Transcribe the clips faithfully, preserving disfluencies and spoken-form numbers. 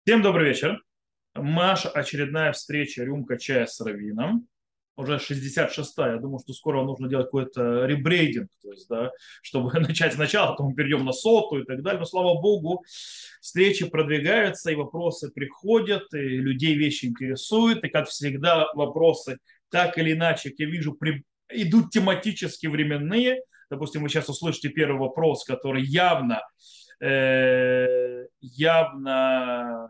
Всем добрый вечер. Наша очередная встреча «Рюмка чая с Равином». Уже шестьдесят шестая. Я думаю, что скоро нужно делать какой-то ребрейдинг, то есть, да, чтобы начать сначала, потом мы перейдем на сотую и так далее. Но, слава богу, встречи продвигаются, и вопросы приходят, и людей вещи интересуют. И, как всегда, вопросы так или иначе, как я вижу, при- идут тематически временные. Допустим, вы сейчас услышите первый вопрос, который явно, э, явно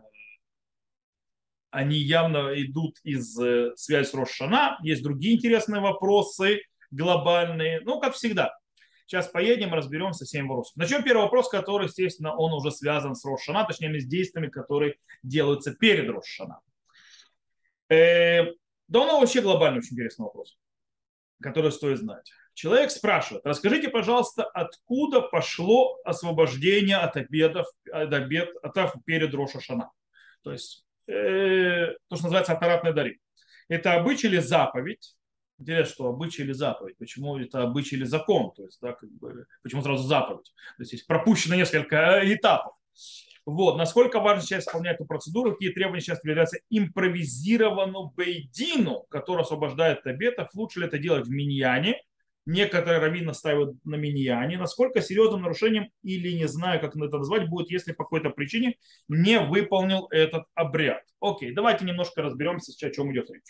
они явно идут из э, связи с Рош ха Есть другие интересные вопросы глобальные. Ну, как всегда. Сейчас поедем, разберемся со всеми вопросами. Начнем первый вопрос, который, естественно, он уже связан с Рош ха точнее, с действиями, которые делаются перед Рош ха Э, да он вообще глобальный, очень интересный вопрос, который стоит знать. Человек спрашивает, расскажите, пожалуйста, откуда пошло освобождение от обедов, от обед, от перед Рош ха То есть э, то, что называется атаратный дари. Это обычай или заповедь? Интересно, что обычай или заповедь. Почему это обычай или закон? То есть, да, как бы, почему сразу заповедь? То есть, есть пропущено несколько э, этапов. Вот. Насколько важно сейчас исполнять эту процедуру, какие требования сейчас являются импровизированному бейдину, который освобождает от обетов, лучше ли это делать в миньяне, некоторые раввины настаивают на миньяне, насколько серьезным нарушением или не знаю, как это назвать, будет, если по какой-то причине не выполнил этот обряд. Окей, давайте немножко разберемся, о чем идет речь.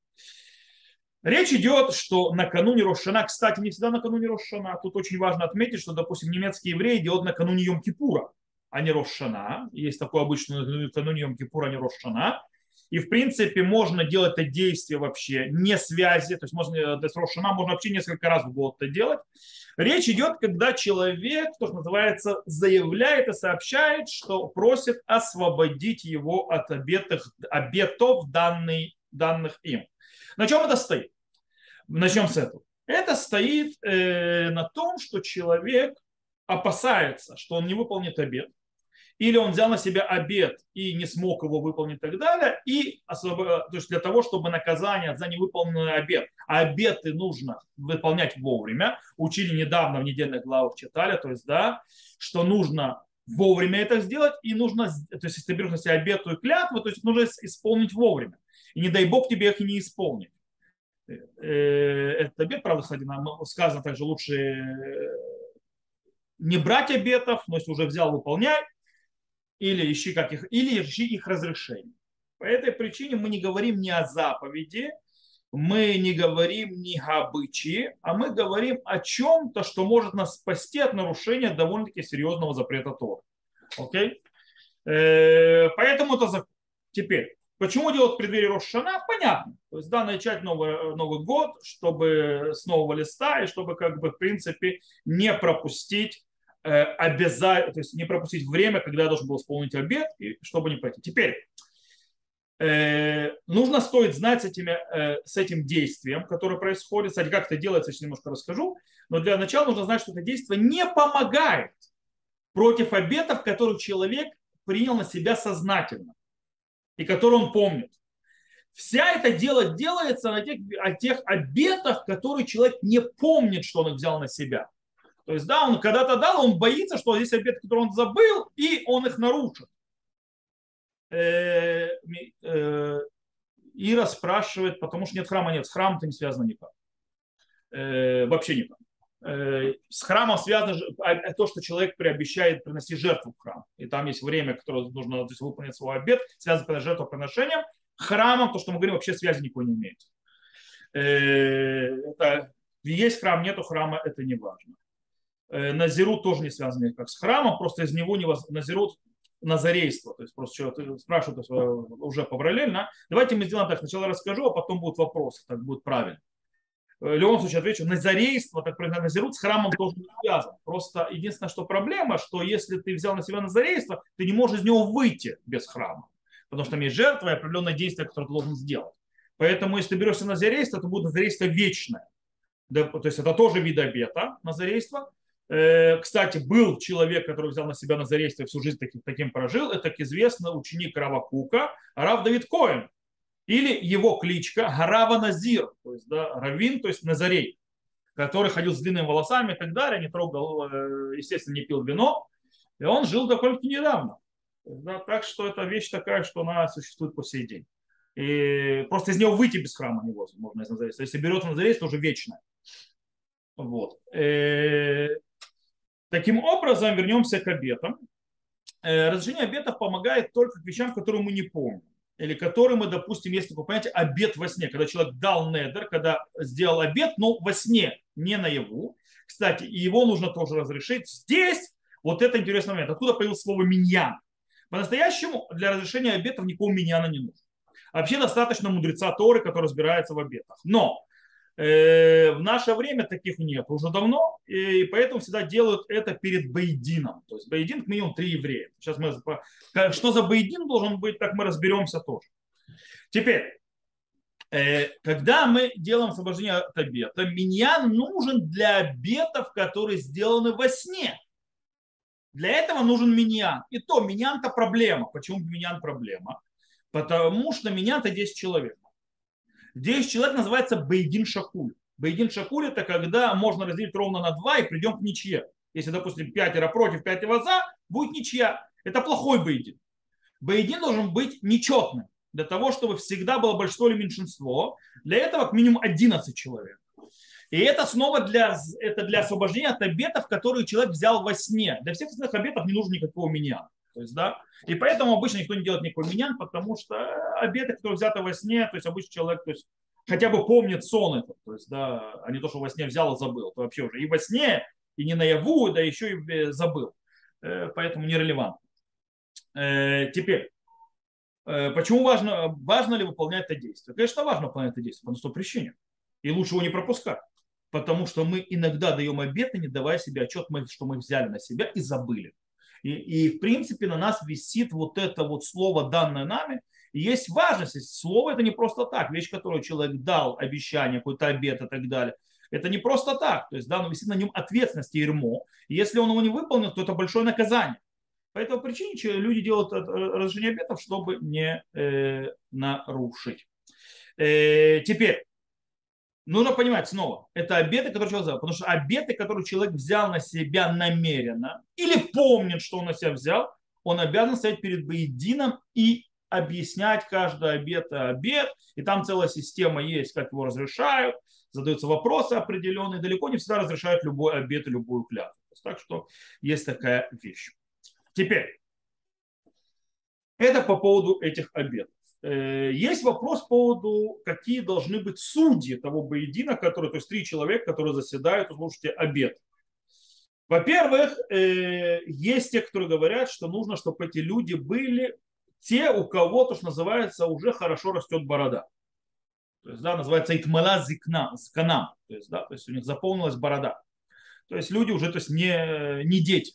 Речь идет, что накануне Рош ха кстати, не всегда накануне Рош ха тут очень важно отметить, что, допустим, немецкие евреи делают накануне Йом-Кипура, а не Рош ха Есть такое обычно накануне Йом-Кипура, а не Рош ха И, в принципе, можно делать это действие вообще не связи, то есть можно, то есть Рош ха можно вообще несколько раз в год это делать. Речь идет, когда человек, то, что называется, заявляет и сообщает, что просит освободить его от обетов, обетов данный, данных им. На чем это стоит? Начнем с этого. Это стоит э, на том, что человек опасается, что он не выполнит обет, или он взял на себя обет и не смог его выполнить и так далее, и особо, то есть для того, чтобы наказание за невыполненный обет, а обеты нужно выполнять вовремя, учили недавно в недельных главах читали, то есть, да, что нужно вовремя это сделать, и нужно, то есть, если ты берешь на себя обету и клятву, то есть нужно исполнить вовремя. И не дай Бог тебе их и не исполнить. Э, этот обет, правда, кстати, нам сказано также лучше э, не брать обетов, но если уже взял, выполняй, или ищи, как их, или ищи их разрешение. По этой причине мы не говорим ни о заповеди, мы не говорим ни о обычае, а мы говорим о чем-то, что может нас спасти от нарушения довольно-таки серьезного запрета Торы. Окей? Э, Поэтому это закон. Теперь, почему делать в преддверии Рош ха Понятно. То есть, да, начать новый, Новый год, чтобы с нового листа, и чтобы, как бы, в принципе, не пропустить э, обяза... то есть не пропустить время, когда я должен был исполнить обет, и чтобы не пойти. Теперь, э, нужно стоит знать с, этими, э, с этим действием, которое происходит. Кстати, как это делается, я сейчас немножко расскажу. Но для начала нужно знать, что это действие не помогает против обетов, которые человек принял на себя сознательно и который он помнит. Вся это дело делается на тех, о тех обетах, которые человек не помнит, что он их взял на себя. То есть, да, он когда-то дал, он боится, что здесь обеты, которые он забыл, и он их нарушит. Э, э, Ира спрашивает, потому что нет храма, нет, с храмом-то не связано никак. Э, Вообще никак. Э, С храмом связано а, то, что человек приобещает приносить жертву в храм. И там есть время, которое нужно, то есть, выполнить свой обет, связано с жертвоприношением. Храмом, то, что мы говорим, вообще связи никакой не имеет. Э, Это есть храм, нету храма, это не важно. Э, Назирут тоже не связан никак с храмом, просто из него невозможно. Назирут назарейство, то есть просто что спрашивают уже параллельно. Давайте мы сделаем так, сначала расскажу, а потом будут вопросы, так будет правильно. В любом случае отвечу, назарейство, так правильно, назирут с храмом тоже не связан. Просто единственное, что проблема, что если ты взял на себя назарейство, ты не можешь из него выйти без храма. Потому что там есть жертва и определенное действие, которое ты должен сделать. Поэтому, если ты берешься назарейство, то будет назарейство вечное. Да, то есть это тоже вид обета, назарейство. Э, Кстати, был человек, который взял на себя назарейство и всю жизнь таким, таким прожил. Это, как известно, ученик Рава Кука, Рав Давид Коэн. Или его кличка Гарава Назир, то есть, да, Равин, то есть Назарей, который ходил с длинными волосами и так далее, не трогал, э, естественно, не пил вино. И он жил довольно недавно. Да, так что это вещь такая, что она существует по сей день. И просто из него выйти без храма невозможно из Назарейства. Если берется Назарейство, то уже вечное. Вот. Э, Таким образом, вернемся к обетам. Э, Разрешение обетов помогает только к вещам, которые мы не помним. Или которые мы, допустим, есть такое понятие обет во сне. Когда человек дал недер, когда сделал обет, но во сне, не наяву. Кстати, и его нужно тоже разрешить. Здесь вот это интересный момент. Откуда появилось слово миньян? По-настоящему для разрешения обетов никакого миньяна не нужно. Вообще достаточно мудреца Торы, который разбирается в обетах. Но э, в наше время таких нет уже давно, и поэтому всегда делают это перед Бейдином. То есть Бейдин к минимум три еврея. Сейчас мы, что за Бейдин должен быть, так мы разберемся тоже. Теперь, э, когда мы делаем освобождение от обета, миньян нужен для обетов, которые сделаны во сне. Для этого нужен миньян. И то миньян-то проблема. Почему миньян проблема? Потому что миньян-то десять человек. десять человек называется бейдин шакуль. Бейдин шакуль это когда можно разделить ровно на два и придем к ничье. Если, допустим, пятеро против, пятеро за, будет ничья. Это плохой бейдин. Бейдин должен быть нечетным. Для того, чтобы всегда было большинство или меньшинство. Для этого к минимум одиннадцать человек. И это снова для, это для освобождения от обетов, которые человек взял во сне. Для всех остальных обетов не нужно никакого миньяна. То есть, да, и поэтому обычно никто не делает никакой миньян, потому что обеты, которые взяты во сне, то есть обычный человек, то есть хотя бы помнит сон этот, то есть, да, а не то, что во сне взял и забыл, то вообще уже и во сне, и не наяву, да еще и забыл. Поэтому нерелевантно. Теперь, почему важно, важно ли выполнять это действие? Конечно, важно выполнять это действие по одной причине. И лучше его не пропускать. Потому что мы иногда даем обеты, не давая себе отчет, что мы взяли на себя и забыли. И, и в принципе на нас висит вот это вот слово, данное нами. И есть важность. Слово это не просто так. Вещь, которую человек дал, обещание, какой-то обет и так далее. Это не просто так. То есть да, но висит на нем ответственность и ермо. И если он его не выполнил, то это большое наказание. По этой причине люди делают разрешение обетов, чтобы не э, нарушить. Э, теперь. Нужно понимать снова, это обеты, которые человек взял. Потому что обеты, которые человек взял на себя намеренно или помнит, что он на себя взял, он обязан стоять перед Бейдином и объяснять каждый обет и обет. И там целая система есть, как его разрешают, задаются вопросы определенные. Далеко не всегда разрешают любой обет и любую клятву. Так что есть такая вещь. Теперь, это по поводу этих обетов. Есть вопрос по поводу, какие должны быть судьи того бейдина, которые, то есть три человека, которые заседают, слушайте, обет. Во-первых, есть те, которые говорят, что нужно, чтобы эти люди были те, у кого, то, что называется, уже хорошо растет борода. То есть, да, называется итмала зикна, зканам. То есть, да, то есть у них заполнилась борода. То есть люди уже, то есть не, не дети.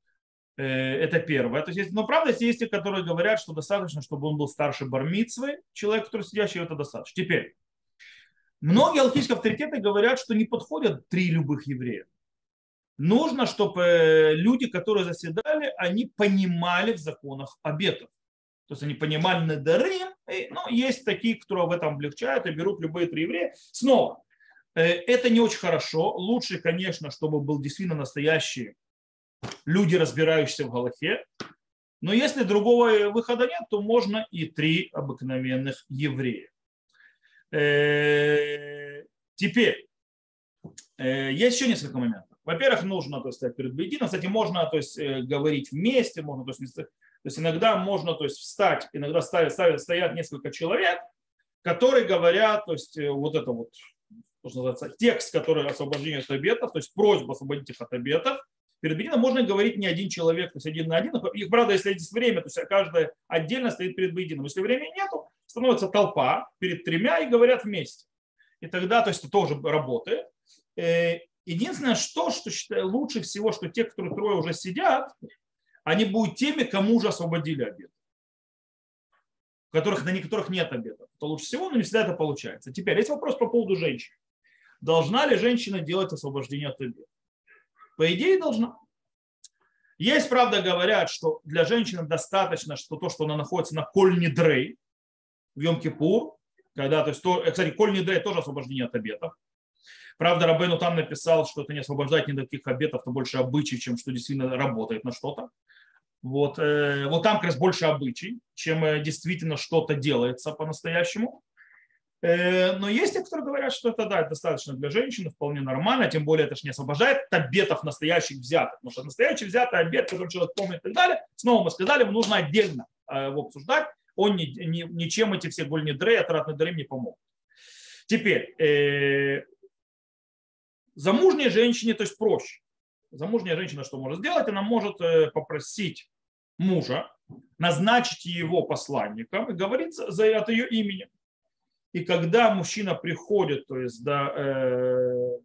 Это первое. То есть, но правда, есть те, которые говорят, что достаточно, чтобы он был старше бар-мицвы, человек, который сидящий, это достаточно. Теперь, многие алхимические авторитеты говорят, что не подходят три любых еврея. Нужно, чтобы люди, которые заседали, они понимали в законах обетов. То есть они понимали недарим, но есть такие, которые в этом облегчают и берут любые три еврея. Снова, это не очень хорошо. Лучше, конечно, чтобы был действительно настоящий люди, разбирающиеся в галахе. Но если другого выхода нет, то можно и три обыкновенных еврея. Теперь, есть еще несколько моментов. Во-первых, нужно, то есть, стоять перед бейдином. Кстати, можно, то есть, говорить вместе, можно, то есть, то есть иногда можно, то есть, встать, иногда ставят, ставят, стоят несколько человек, которые говорят, то есть, вот это вот, что называется, текст, который освобождение от обетов, то есть просьба освободить их от обетов. Перед бейдином можно говорить не один человек, то есть один на один. Их, правда, если есть время, то есть каждый отдельно стоит перед бейдином. Если времени нету, становится толпа перед тремя и говорят вместе. И тогда, то есть, это тоже работает. Единственное, что, что считаю лучше всего, что те, которые трое уже сидят, они будут теми, кому уже освободили обет. Которых, на некоторых нет обета. Это лучше всего, но не всегда это получается. Теперь есть вопрос по поводу женщин. Должна ли женщина делать освобождение от обета? По идее, должна. Есть, правда, говорят, что для женщины достаточно, что то, что она находится на коль-нидрей в Йом-Кипур, когда, то есть, то, кстати, коль-нидрей тоже освобождение от обетов. Правда, Рабейну там написал, что это не освобождает ни до каких обетов, то больше обычай, чем что действительно работает на что-то. Вот, э, вот там как раз больше обычай, чем э, действительно что-то делается по-настоящему. Э, но есть те, которые говорят, что это, да, достаточно для женщины, вполне нормально, тем более это же не освобождает от обетов настоящих взятых. Потому что настоящий взятый обет, который человек помнит и так далее, снова мы сказали, ему нужно отдельно э, его обсуждать, он ни, ни, ничем эти все гольнидрей, атратный дарим не помогут. Теперь, э, замужней женщине, то есть проще. Замужняя женщина что может сделать? Она может э, попросить мужа назначить его посланником и говорить за, от ее имени. И когда мужчина приходит, то есть да, э,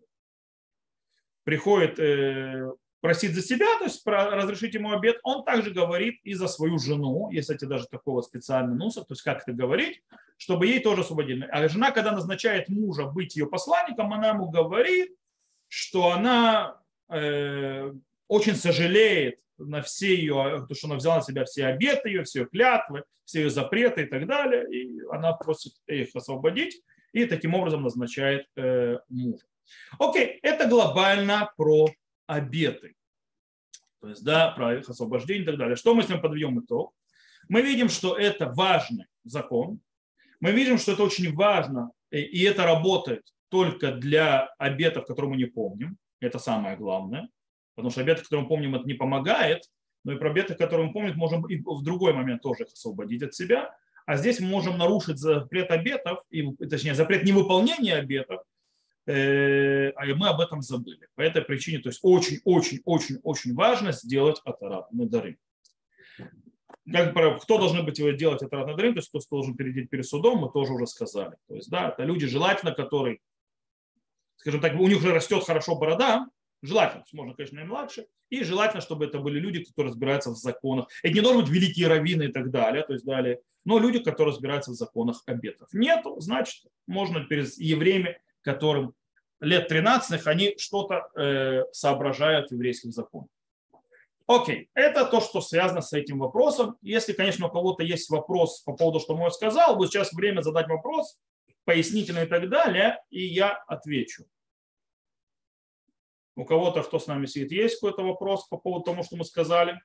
приходит э, просить за себя, то есть про, разрешить ему обет, он также говорит и за свою жену, есть, кстати, даже такого специального нуса, то есть как это говорить, чтобы ей тоже освободили. А жена, когда назначает мужа быть ее посланником, она ему говорит, что она э, очень сожалеет на все ее, то, что она взяла на себя все обеты ее, все ее клятвы, все ее запреты и так далее, и она просит их освободить, и таким образом назначает э, мужа. Окей, это глобально про обеты, то есть, да, про их освобождение и так далее. Что мы с ним подведем итог? Мы видим, что это важный закон, мы видим, что это очень важно, и это работает только для обетов, которые мы не помним, это самое главное. Потому что обеты, которые мы помним, это не помогает, но и про обеты, которые мы помним, можем и в другой момент тоже их освободить от себя. А здесь мы можем нарушить запрет обетов, и, точнее, запрет невыполнения обетов, э, а мы об этом забыли. По этой причине, то есть очень-очень-очень-очень важно сделать атарат надарим. Как, кто должен быть его делать атарат надарим, то есть кто должен перейти перед судом, мы тоже уже сказали. То есть, да, это люди желательно, которые, скажем так, у них уже растет хорошо борода, желательно, можно, конечно, и младше, и желательно, чтобы это были люди, которые разбираются в законах. Это не должны быть великие раввины и так далее, то есть далее, но люди, которые разбираются в законах обетов. Нету, значит, можно перед евреями, которым лет тринадцать, они что-то э, соображают в еврейских законах. Окей, это то, что связано с этим вопросом. Если, конечно, у кого-то есть вопрос по поводу, что я сказал, будет сейчас время задать вопрос, пояснительный и так далее, и я отвечу. У кого-то, кто с нами сидит, есть какой-то вопрос по поводу того, что мы сказали?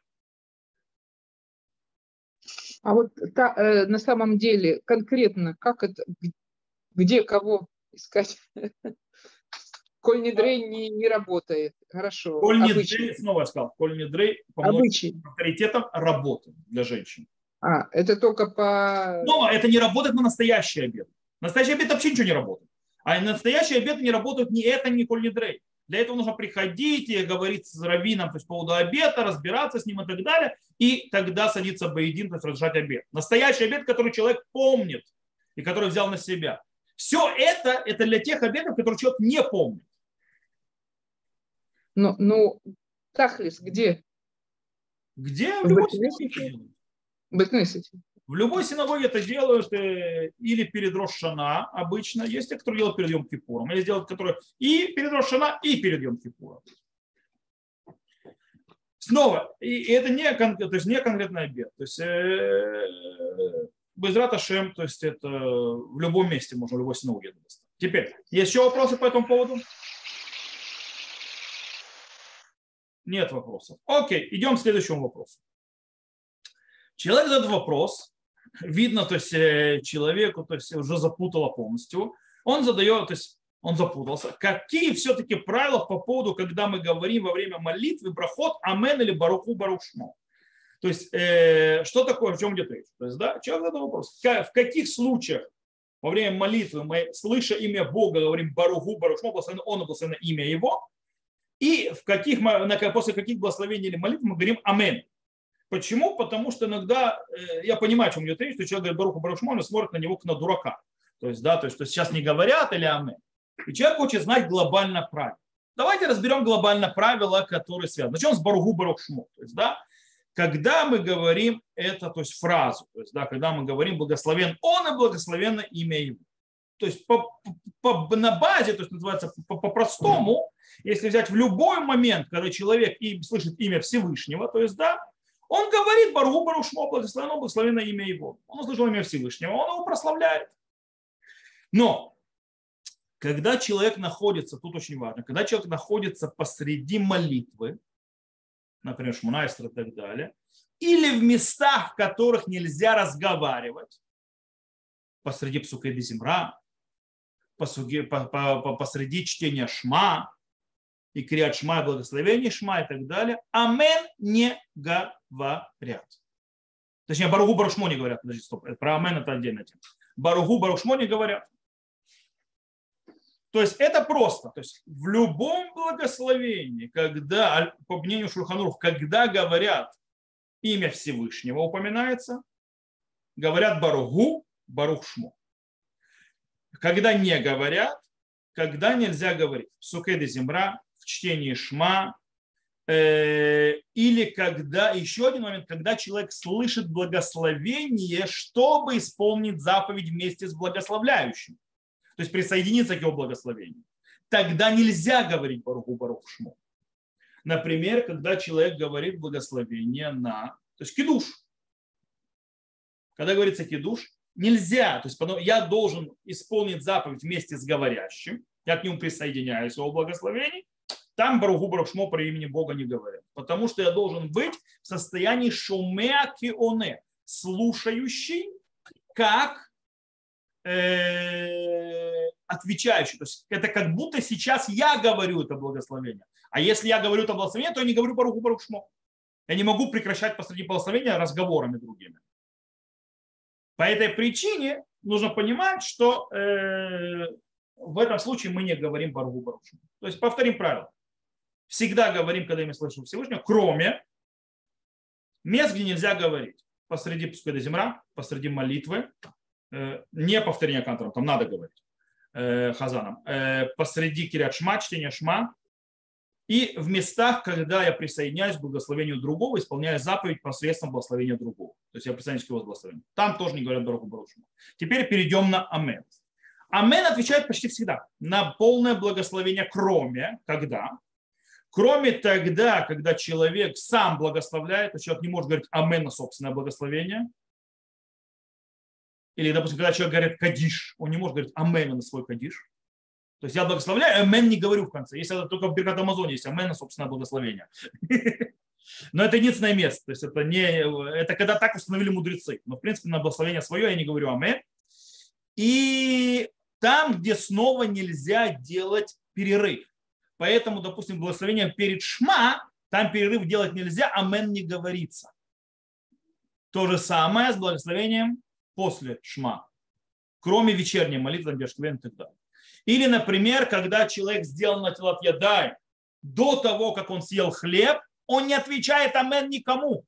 А вот та, э, на самом деле конкретно, как это, где кого искать? Коль недрей не, не работает. Хорошо. Коль недрей, снова я сказал, коль недрей по многим авторитетам работает для женщин. А, это только по... Но это не работает на настоящий обед. Настоящий обед вообще ничего не работает. А настоящие обеды не работают ни это, ни коль недрей. Для этого нужно приходить и говорить с раввином, то есть по поводу обета, разбираться с ним и так далее, и тогда садиться бейдин, то есть разрешать обет. Настоящий обет, который человек помнит и который взял на себя. Все это, это для тех обетов, которые человек не помнит. Ну, ну Тахлис, где? Где? В любой синагоге. В любой синагоге это делают э, или перед Рош-Шана обычно. Есть те, которые делают перед Йом-Кипуром. Есть делают, которые и перед Рош-Шана, и перед Йом-Кипуром. Снова, и это не, то есть не конкретный обет. То есть э, Безрат Ашем, то есть это в любом месте можно, в любой синагоге. Теперь, есть еще вопросы по этому поводу? Нет вопросов. Окей, идем к следующему вопросу. Человек задает вопрос, видно, то есть человеку, то есть уже запутало полностью. Он задает, то есть он запутался. Какие все-таки правила по поводу, когда мы говорим во время молитвы брахот амен или баруху барушмо? То есть э, что такое, в чем идет речь? То есть, да, человек задает вопрос. В каких случаях во время молитвы мы, слыша имя Бога, говорим баруху барушмо, благословенно он и благословенно имя его? И в каких, после каких благословений или молитв мы говорим амен? Почему? Потому что иногда, я понимаю, о чем идет речь, что человек говорит баруху барушмо, он смотрит на него как на дурака. То есть, да, то есть, что сейчас не говорят или амен. И человек хочет знать глобально правило. Давайте разберем глобально правила, которые связаны. Начнем с баруху барушмо. То есть, да, когда мы говорим это, то есть фразу, то есть, да, когда мы говорим благословен он и благословенно имя его. То есть по, по, на базе, то есть называется по-простому, если взять в любой момент, когда человек и слышит имя Всевышнего, то есть, да, он говорит баруху барушмо, благословенно, благословенно имя его. Он услышал имя Всевышнего, он его прославляет. Но когда человек находится, тут очень важно, когда человек находится посреди молитвы, например, шмонайстер и так далее, или в местах, в которых нельзя разговаривать, посреди псукей дезимра, посреди чтения шма, и криат шма, и благословение шма и так далее, амен не говорят. Точнее, баругу барушмо не говорят. Подожди, стоп. Про амен это отдельная тема. Баругу барушмо не говорят. То есть это просто. То есть в любом благословении, когда, по мнению Шулхан Арух, когда говорят имя Всевышнего упоминается, говорят баругу, барух шмо. Когда не говорят, когда нельзя говорить. В суке де зимра, в чтении шма, э, или когда, еще один момент, когда человек слышит благословение, чтобы исполнить заповедь вместе с благословляющим. То есть присоединиться к его благословению. Тогда нельзя говорить баруху барух шмо. Например, когда человек говорит благословение на, то есть кидуш. Когда говорится кидуш, нельзя, то есть я должен исполнить заповедь вместе с говорящим, я к нему присоединяюсь, его благословений, там баруху барух шмо про имени Бога не говорят. Потому что я должен быть в состоянии шумеа кионе, слушающий, как э, отвечающий. То есть это как будто сейчас я говорю это благословение. А если я говорю это благословение, то я не говорю баруху барух шмо. Я не могу прекращать посреди благословения разговорами другими. По этой причине нужно понимать, что э, в этом случае мы не говорим баруху барух шмо. То есть повторим правило. Всегда говорим, когда мы слышим Всевышнего, кроме мест, где нельзя говорить. Посреди пускай земра, посреди молитвы, э, не повторение кантором, там надо говорить э, хазаном, э, посреди кирят шма, чтения шма, и в местах, когда я присоединяюсь к благословению другого, исполняю заповедь посредством благословения другого. То есть я присоединяюсь к его благословению. Там тоже не говорят баруху барух шмо. Теперь перейдем на амен. Амен отвечает почти всегда на полное благословение, кроме когда. Кроме тогда, когда человек сам благословляет, то человек не может говорить амен на собственное благословение. Или, допустим, когда человек говорит кадиш, он не может говорить амен на свой кадиш. То есть я благословляю, амен не говорю в конце. Если это только в Биркат Амазоне есть амен на собственное благословение. Но это единственное место. То есть это, не, это когда так установили мудрецы. Но в принципе на благословение свое я не говорю амен. И там, где снова нельзя делать перерыв. Поэтому, допустим, благословение перед шма, там перерыв делать нельзя, амен не говорится. То же самое с благословением после шма, кроме вечерней молитвы, бешквен и так далее. Или, например, когда человек сделал натилат ядай до того, как он съел хлеб, он не отвечает амен никому.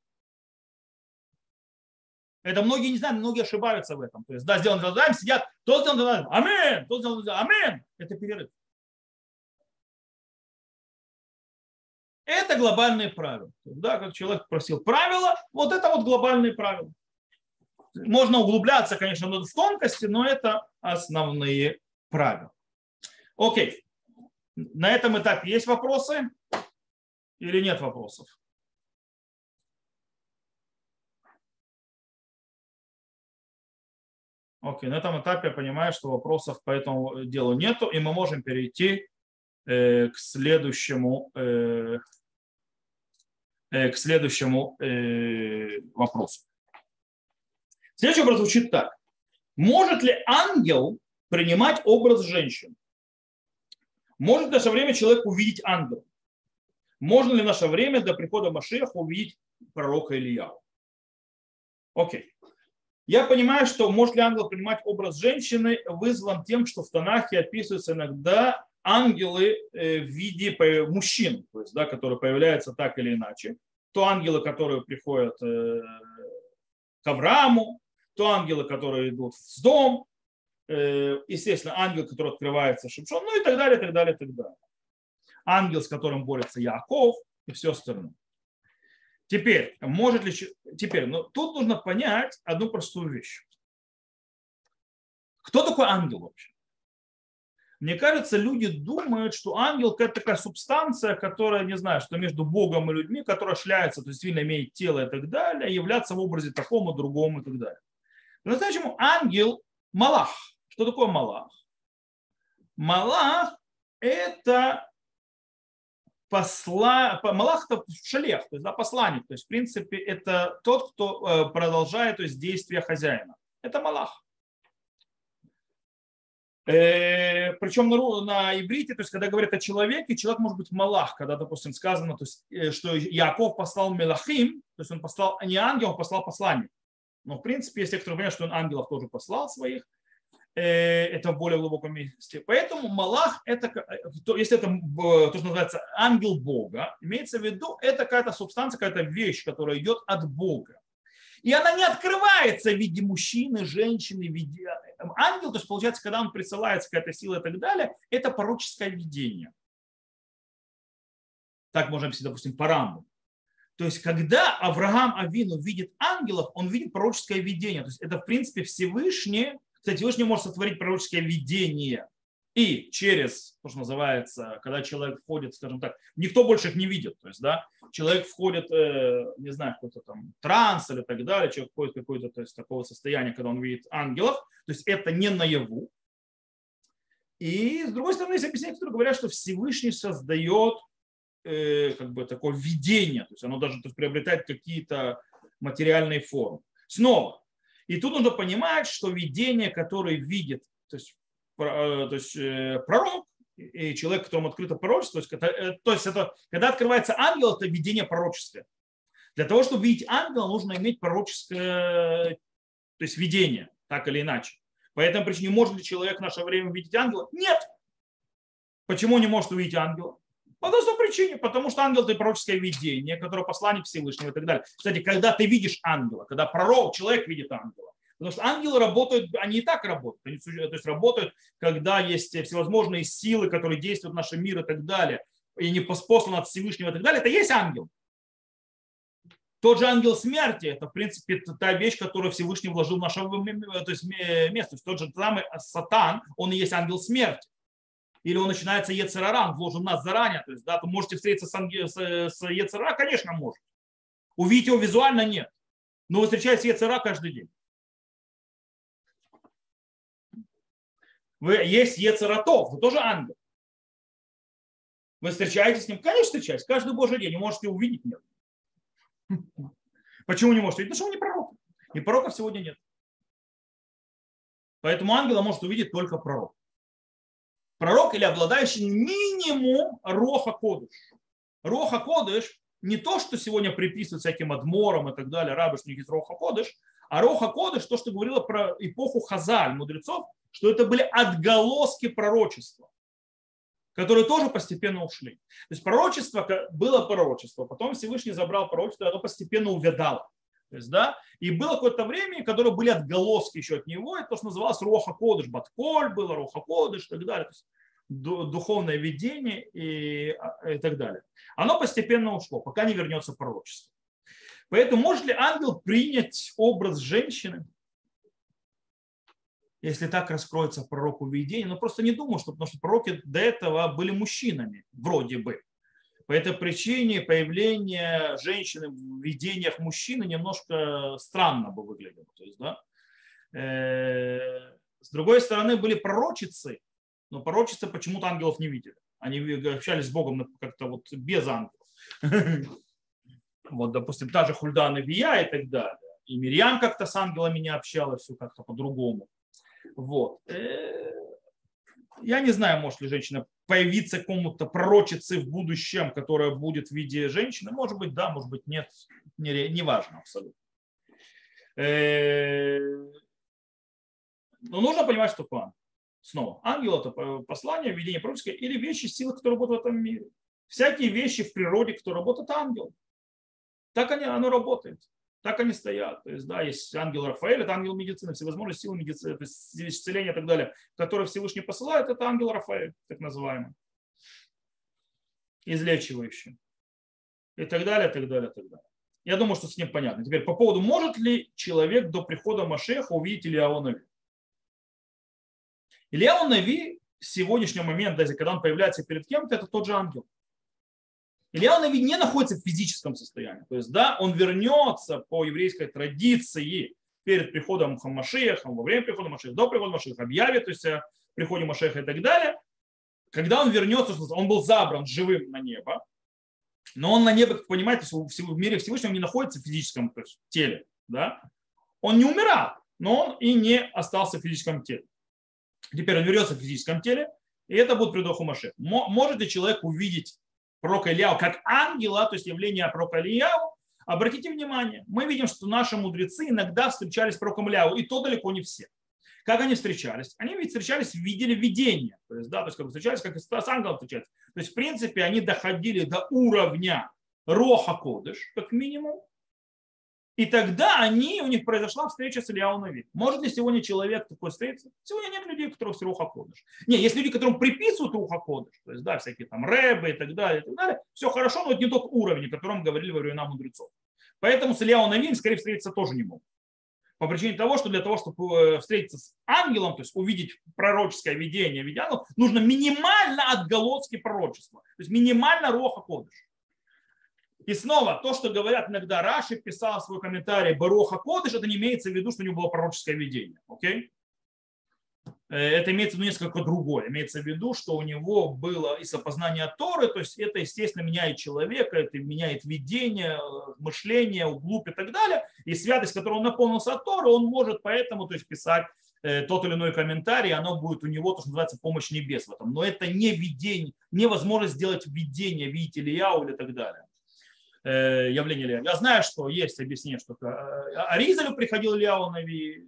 Это многие не знают, многие ошибаются в этом. То есть, да, сделал натилат ядай, сидят, то сделал натилат ядай, амен, то сделал натилат ядай, амен. Это перерыв. Это глобальные правила. Да, как человек просил правила, вот это вот глобальные правила. Можно углубляться, конечно, в тонкости, но это основные правила. Окей. На этом этапе есть вопросы или нет вопросов? Окей, на этом этапе я понимаю, что вопросов по этому делу нету, и мы можем перейти к следующему, к следующему вопросу. Следующий вопрос звучит так. Может ли ангел принимать образ женщины? Может ли в наше время человек увидеть ангела? Можно ли в наше время до прихода Машиаха увидеть пророка Илияу? Окей. Я понимаю, что может ли ангел принимать образ женщины, вызван тем, что в Танахе описываются иногда ангелы в виде мужчин, то есть, да, которые появляются так или иначе. То ангелы, которые приходят к Аврааму, то ангелы, которые идут в дом, естественно, ангел, который открывается Шимшон, ну и так далее, так далее, так далее. Ангел, с которым борется Яаков и все остальное. Теперь, может ли... Теперь, ну, тут нужно понять одну простую вещь. Кто такой ангел вообще? Мне кажется, люди думают, что ангел – это такая субстанция, которая, не знаю, что между Богом и людьми, которая шляется, то есть действительно имеет тело и так далее, являться в образе такому, другому и так далее. По-настоящему ангел – малах. Что такое малах? Малах – это посла, Малах это шалех, то есть да, посланник. То есть, в принципе, это тот, кто продолжает, то есть, действия хозяина. Это Малах. Э, причем на, на иврите, то есть, когда говорят о человеке, человек может быть Малах, когда, допустим, сказано, то есть, что Яков послал Мелахим, то есть он послал не ангел, он послал посланник. Но, в принципе, есть те, кто понимают, что он ангелов тоже послал своих, это в более глубоком месте. Поэтому Малах, это, если это то, что называется ангел Бога, имеется в виду, это какая-то субстанция, какая-то вещь, которая идет от Бога. И она не открывается в виде мужчины, женщины, в виде ангела. То есть, получается, когда он присылается, какая-то сила и так далее, это пророческое видение. Так можем писать, допустим, по Рамбаму. То есть, когда Авраам Авину видит ангелов, он видит пророческое видение. То есть, это, в принципе, Всевышний. Кстати, Всевышний может сотворить пророческое видение. И через, то, что называется, когда человек входит, скажем так, никто больше их не видит. То есть, да, человек входит, э, не знаю, в какой-то там транс или так далее, человек входит в какое-то, то есть, такого состояния, когда он видит ангелов. То есть, это не наяву. И, с другой стороны, есть объяснения, которые говорят, что Всевышний создает э, как бы такое видение. То есть, оно даже то есть, приобретает какие-то материальные формы. Снова. И тут нужно понимать, что видение, которое видит, то есть, то есть пророк и человек, которому открыто пророчество, то есть, это, то есть это, когда открывается ангел, это видение пророческое. Для того, чтобы видеть ангела, нужно иметь пророческое, то есть видение, так или иначе. По этой причине, может ли человек в наше время видеть ангела? Нет. Почему не может увидеть ангела? По той причине, потому что ангел – это пророческое видение, которое посланник Всевышнего и так далее. Кстати, когда ты видишь ангела, когда пророк, человек видит ангела, потому что ангелы работают, они и так работают, они, то есть работают, когда есть всевозможные силы, которые действуют в нашем мире и так далее, и не посланы от Всевышнего и так далее, это есть ангел. Тот же ангел смерти – это, в принципе, та вещь, которую Всевышний вложил в наше то есть, место. То есть тот же самый Сатан, он и есть ангел смерти. Или он начинается Йецер ара, он вложен в нас заранее. То есть, да, вы можете встретиться с, анге, с, с Йецер ара, конечно, может. Увидеть его визуально нет. Но вы встречаетесь с Йецер ара каждый день. Вы есть Йецер ара-тов, вы тоже ангел. Вы встречаетесь с ним? Конечно, встречаетесь. Каждый божий день. Не можете увидеть, нет. Почему не можете увидеть? Потому что он не пророк. И пророков сегодня нет. Поэтому ангела может увидеть только пророк. Пророк или обладающий минимум роха кодыш. Роха кодыш не то, что сегодня приписывают всяким адморам и так далее, рабы, что у них есть роха кодыш, а роха кодыш, то, что говорило про эпоху Хазаль, мудрецов, что это были отголоски пророчества, которые тоже постепенно ушли. То есть пророчество, было пророчество, потом Всевышний забрал пророчество, и оно постепенно увядало. То есть, да, и было какое-то время, которые были отголоски еще от него, это то, что называлось Роха Кодыш, Батколь было, Роха Кодыш и так далее, то есть духовное видение и, и так далее. Оно постепенно ушло, пока не вернется пророчество. Поэтому может ли ангел принять образ женщины, если так раскроется пророку видение? Но просто не думаю, что, потому что пророки до этого были мужчинами, вроде бы. По этой причине появление женщины в видениях мужчины немножко странно бы выглядело. То есть, да? С другой стороны, были пророчицы, но пророчицы почему-то ангелов не видели. Они общались с Богом как-то вот без ангелов. Вот, допустим, та же Хульда Навия и так далее. И Мирьям как-то с ангелами не общалась, все как-то по-другому. Вот. Я не знаю, может ли женщина появиться кому-то пророчице в будущем, которая будет в виде женщины. Может быть, да, может быть, нет. Не, не важно абсолютно. Но нужно понимать, что план. Снова, ангел – это послание, видение пророческое или вещи, силы, которые работают в этом мире. Всякие вещи в природе, которые работают ангел. Так они, оно работает. Так они стоят. То есть, да, есть ангел Рафаэль, это ангел медицины, всевозможные силы медицины, то есть исцеления и так далее, которые Всевышний посылает, это ангел Рафаэль, так называемый. Излечивающий. И так далее, и так далее, и так далее. Я думаю, что с ним понятно. Теперь по поводу, может ли человек до прихода Машеха увидеть Ильяу Нави? Ильяу Нави с сегодняшнего момента, даже когда он появляется перед кем-то, это тот же ангел. Ильяу Нави не находится в физическом состоянии. То есть, да, он вернется по еврейской традиции перед приходом Машеха, во время прихода Машеха, до прихода Машеха, объявит, то есть о приходе Машеха и так далее. Когда он вернется, он был забран живым на небо, Но он на небе, как понимаете, в мире Всевышнего не находится в физическом, то есть, теле. Да? Он не умирал, но он и не остался в физическом теле. Теперь он вернется в физическом теле, и это будет предоху Машех. Может ли человек увидеть пророка Ильяу как ангела, то есть явление пророка Ильяу? Обратите внимание, мы видим, что наши мудрецы иногда встречались с пророком Ильяу, и то далеко не все. Как они встречались? Они ведь встречались, видели видение. То есть, да, то есть как бы встречались, как и с ангелом встречались. То есть, в принципе, они доходили до уровня Роха Кодыш, как минимум. И тогда они, у них произошла встреча с Ильяу Нави. Может ли сегодня человек такой встретиться? Сегодня нет людей, у которых Руха Кодыш. Не, есть люди, которым приписывают Руха Кодыш. То есть, да, всякие там рэбы и так далее, и так далее. Все хорошо, но это не тот уровень, о котором говорили во времена мудрецов. Поэтому с Ильяу Нави, скорее, встретиться тоже не могут. По причине того, что для того, чтобы встретиться с ангелом, то есть увидеть пророческое видение в виде ангелов, нужно минимально отголоски пророчества. То есть минимально Роха Кодыш. И снова, то, что говорят иногда, Раши писал свой комментарий Бароха Кодыш, это не имеется в виду, что у него было пророческое видение. Окей? Это имеется в виду несколько другое. Имеется в виду, что у него было и опознание Торы, то есть это, естественно, меняет человека, это меняет видение, мышление, углубь и так далее. И святость, которой он наполнился от Торы, он может поэтому, то есть, писать тот или иной комментарий, оно будет у него, то, что называется, помощь небес в этом. Но это не видение, невозможно сделать видение, видеть Ильяу или так далее. Явление Ильяу. Я знаю, что есть объяснение, что Аризалю приходил Ильяу Нави,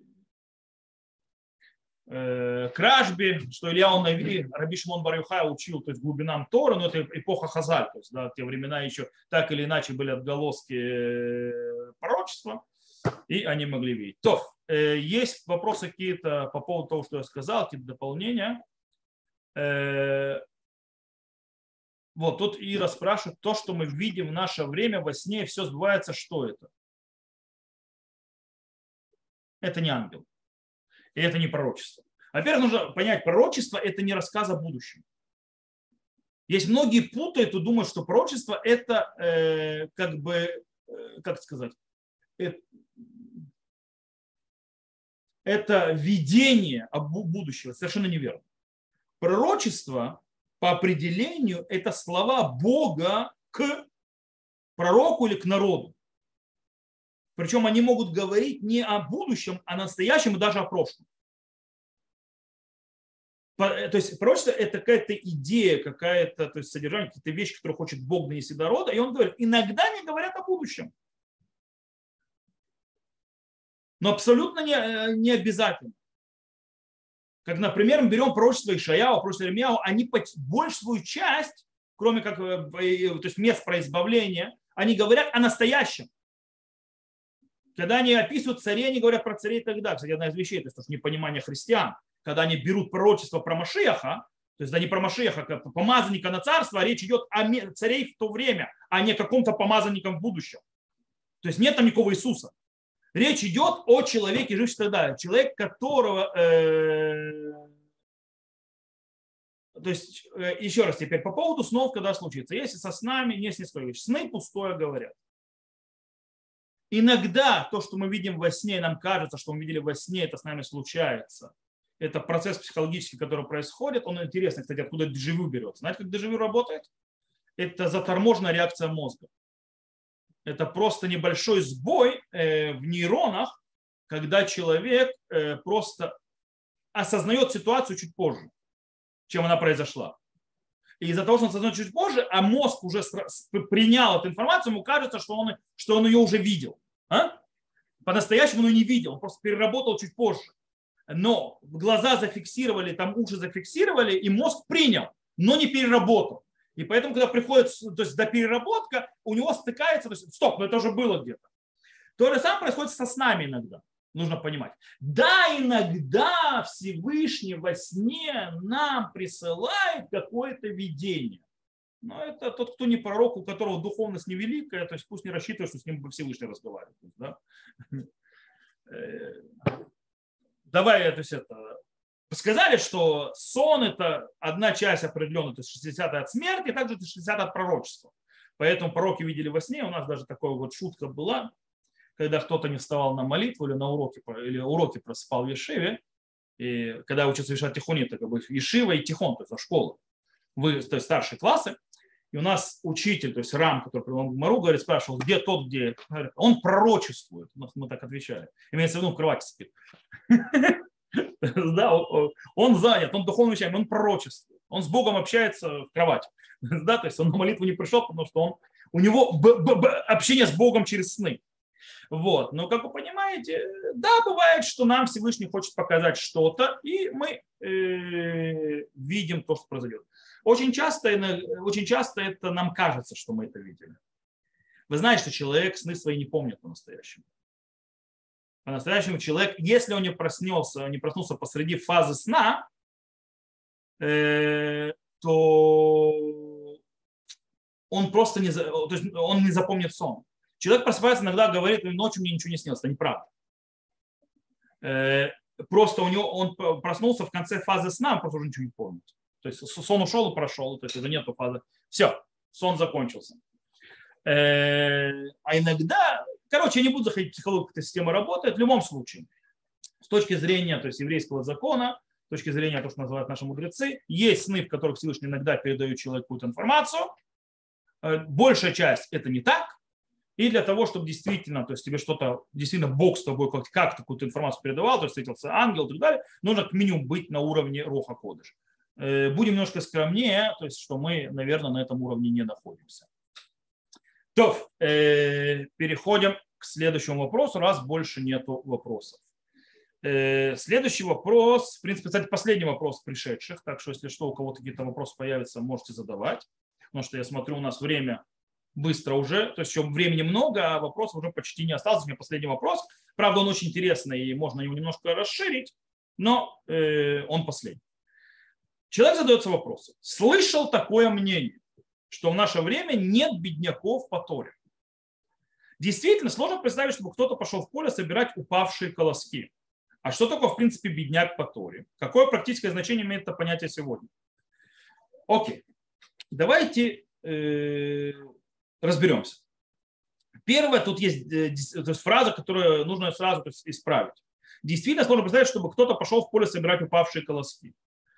к Рашби, что Ильяу Нави, Раби Шимон бар Йохай учил, то есть глубинам Торы, но это эпоха Хазаль, то есть да, в те времена еще так или иначе были отголоски пророчества, и они могли видеть. То, есть вопросы какие-то по поводу того, что я сказал, какие-то дополнения. Вот тут Ира спрашивает, то, что мы видим в наше время во сне, все сбывается, что это? Это не ангел. И это не пророчество. Во-первых, нужно понять, пророчество – это не рассказ о будущем. Есть многие путают и думают, что пророчество – это э, как бы, э, как сказать, это, это видение о будущем. Совершенно неверно. Пророчество по определению – это слова Бога к пророку или к народу. Причем они могут говорить не о будущем, а о настоящем и даже о прошлом. То есть пророчество – это какая-то идея, какая-то, то есть содержание, какие-то вещи, которые хочет Бог донести до народа. И он говорит, иногда они говорят о будущем. Но абсолютно не, не обязательно. Как, например, мы берем пророчество Ишаяу, пророчество Ирмияу, они большую свою часть, кроме как то есть мест про избавление, они говорят о настоящем. Когда они описывают царей, они говорят про царей тогда. Кстати, одна из вещей, то есть непонимание христиан. Когда они берут пророчество про Машиаха, то есть да не про Машиаха, как помазанника на царство, а речь идет о царей в то время, а не о каком-то помазаннике в будущем. То есть нет там никакого Иисуса. Речь идет о человеке, жившем тогда. Человек, которого... Э, то есть, э, еще раз теперь, по поводу снов, когда случится. Если со снами, есть несколько вещей. Сны пустое говорят. Иногда то, что мы видим во сне, нам кажется, что мы видели во сне, это с нами случается. Это процесс психологический, который происходит. Он интересный, кстати, откуда дежавю берется. Знаете, как дежавю работает? Это заторможенная реакция мозга. Это просто небольшой сбой в нейронах, когда человек просто осознает ситуацию чуть позже, чем она произошла. И из-за того, что он осознает чуть позже, а мозг уже принял эту информацию, ему кажется, что он, что он ее уже видел. А? По-настоящему он ее не видел, он просто переработал чуть позже. Но глаза зафиксировали, там уши зафиксировали, и мозг принял, но не переработал. И поэтому, когда приходит то есть, до переработка, у него стыкается, то есть, стоп, но это уже было где-то. То же самое происходит со снами иногда, нужно понимать. Да, иногда Всевышний во сне нам присылает какое-то видение. Но это тот, кто не пророк, у которого духовность невеликая, то есть пусть не рассчитывает, что с ним Всевышний разговаривает. Да? Давай, то есть это... Сказали, что сон – это одна часть определенная, то есть шестидесятая от смерти, и также шестидесятая от пророчества. Поэтому пророки видели во сне. У нас даже такая вот шутка была, когда кто-то не вставал на молитву или на уроки, или уроки проспал в Ешиве. И когда учился в Ешиве Тихоне, это как бы Ешива и Тихон, то есть школа, вы, то есть старшие классы. И у нас учитель, то есть Рам, который привел Гмару, говорит, спрашивал, где тот, где говорит, он пророчествует. Мы так отвечали. Имеется в виду, в кровати спит. Да, он занят, он духовным вещами, он пророчествует. Он с Богом общается в кровати. Да, то есть он на молитву не пришел, потому что он, у него б, б, б, общение с Богом через сны. Вот. Но, как вы понимаете, да, бывает, что нам Всевышний хочет показать что-то, и мы э, видим то, что произойдет. Очень часто, очень часто это нам кажется, что мы это видели. Вы знаете, что человек сны свои не помнит по-настоящему. По-настоящему человек, если он не проснулся, не проснулся посреди фазы сна, э, то он просто не, то есть он не запомнит сон. Человек просыпается иногда, говорит, ночью мне ничего не снилось. Это неправда. Э, просто у него, он проснулся в конце фазы сна, он просто уже ничего не помнит. То есть сон ушел и прошел, то есть уже нету фазы. Все, сон закончился. Э, а иногда, короче, я не буду заходить в психологию, как эта система работает. В любом случае, с точки зрения, то есть, еврейского закона, с точки зрения того, что называют наши мудрецы, есть сны, в которых Всевышний иногда передает человеку какую-то информацию. Большая часть это не так. И для того, чтобы действительно, то есть тебе что-то, действительно Бог с тобой как-то как какую-то информацию передавал, то есть встретился ангел и так далее, нужно как минимум быть на уровне Руха Кодеш. Будем немножко скромнее, то есть что мы, наверное, на этом уровне не находимся. То, переходим к следующему вопросу, раз больше нету вопросов. Следующий вопрос, в принципе, кстати, последний вопрос пришедших, так что если что, у кого-то какие-то вопросы появятся, можете задавать, потому что я смотрю, у нас время быстро уже, то есть еще времени много, а вопросов уже почти не осталось. У меня последний вопрос, правда, он очень интересный и можно его немножко расширить, но э, он последний. Человек задается вопросом, слышал такое мнение, что в наше время нет бедняков по Торе. Действительно, сложно представить, чтобы кто-то пошел в поле собирать упавшие колоски. А что такое, в принципе, бедняк по Торе? Какое практическое значение имеет это понятие сегодня? Окей, давайте э, разберемся. Первое, тут есть, то есть фраза, которую нужно сразу исправить. Действительно, сложно представить, чтобы кто-то пошел в поле собирать упавшие колоски.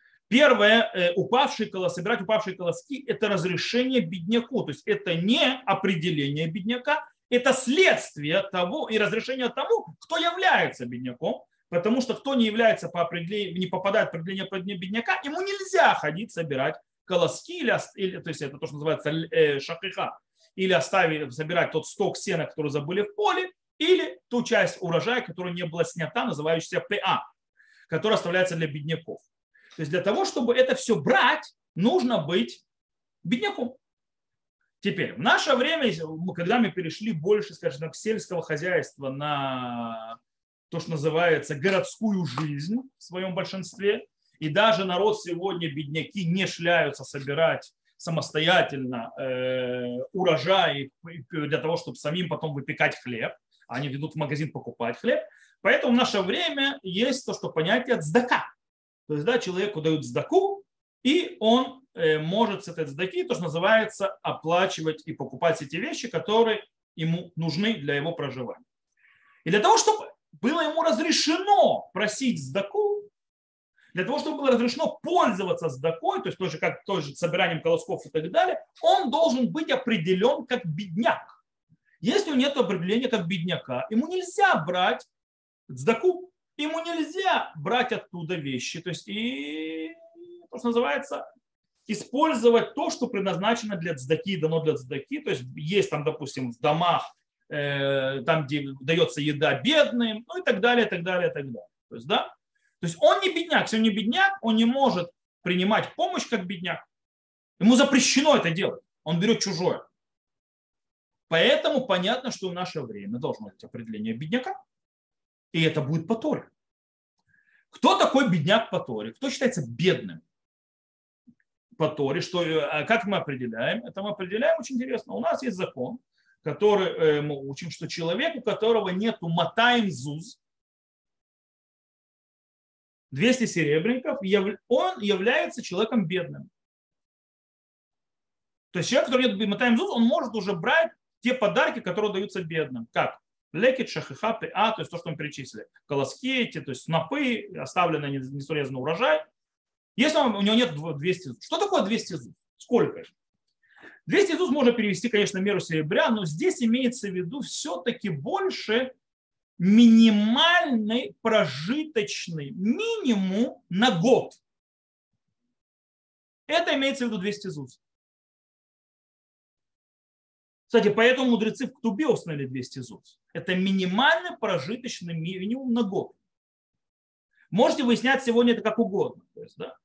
Первое, упавшие колоски, собирать упавшие колоски – это разрешение бедняку. То есть это не определение бедняка, это следствие того и разрешение тому, кто является бедняком. Потому что кто не является по определению, не попадает в определение бедняка, ему нельзя ходить собирать колоски, или, или, то есть это то, что называется э, шахиха, или оставить, собирать тот сток сена, который забыли в поле, или ту часть урожая, которая не была снята, называющаяся ПА, которая оставляется для бедняков. То есть для того, чтобы это все брать, нужно быть бедняком. Теперь, в наше время, когда мы перешли больше, скажем, сельского хозяйства на то, что называется городскую жизнь в своем большинстве, и даже народ сегодня, бедняки, не шляются собирать самостоятельно э, урожай для того, чтобы самим потом выпекать хлеб, они ведут в магазин покупать хлеб. Поэтому в наше время есть то, что понятие цдака. То есть, да, человеку дают цдаку, и он э, может с этой цдаки, то, что называется, оплачивать и покупать эти вещи, которые ему нужны для его проживания. И для того, чтобы было ему разрешено просить цдаку, для того, чтобы было разрешено пользоваться цдакой, то есть тоже как тоже собиранием колосков и так далее, он должен быть определен как бедняк. Если у него нет определения как бедняка, ему нельзя брать цдаку, ему нельзя брать оттуда вещи, то есть и, то, что называется, использовать то, что предназначено для цдаки, дано для цдаки, то есть есть там, допустим, в домах, там, где дается еда бедным, ну и так далее, и так далее, и так далее. То есть, да? То есть он не бедняк. Если он не бедняк, он не может принимать помощь как бедняк. Ему запрещено это делать. Он берет чужое. Поэтому понятно, что в наше время должно быть определение бедняка. И это будет по Торе. Кто такой бедняк по Торе? Кто считается бедным по Торе? Что, как мы определяем? Это мы определяем очень интересно. У нас есть закон, который мы учим, что человек, у которого нету матаим зуз, двести серебряников, он является человеком бедным. То есть человек, который нет матаим зуз, он может уже брать те подарки, которые даются бедным. Как? Лекит, шахиха, пиа, то есть то, что мы перечислили. Колоски эти, то есть снопы, оставленный несурезанный урожай. Если у него нет двухсот, что такое двести зуз? Сколько это? двести зуз можно перевести, конечно, в меру серебря, но здесь имеется в виду все-таки больше минимальный прожиточный минимум на год. Это имеется в виду двести зуз. Кстати, поэтому мудрецы в Ктубе установили двести зуз. Это минимальный прожиточный минимум на год. Можете выяснять сегодня это как угодно. То есть, да?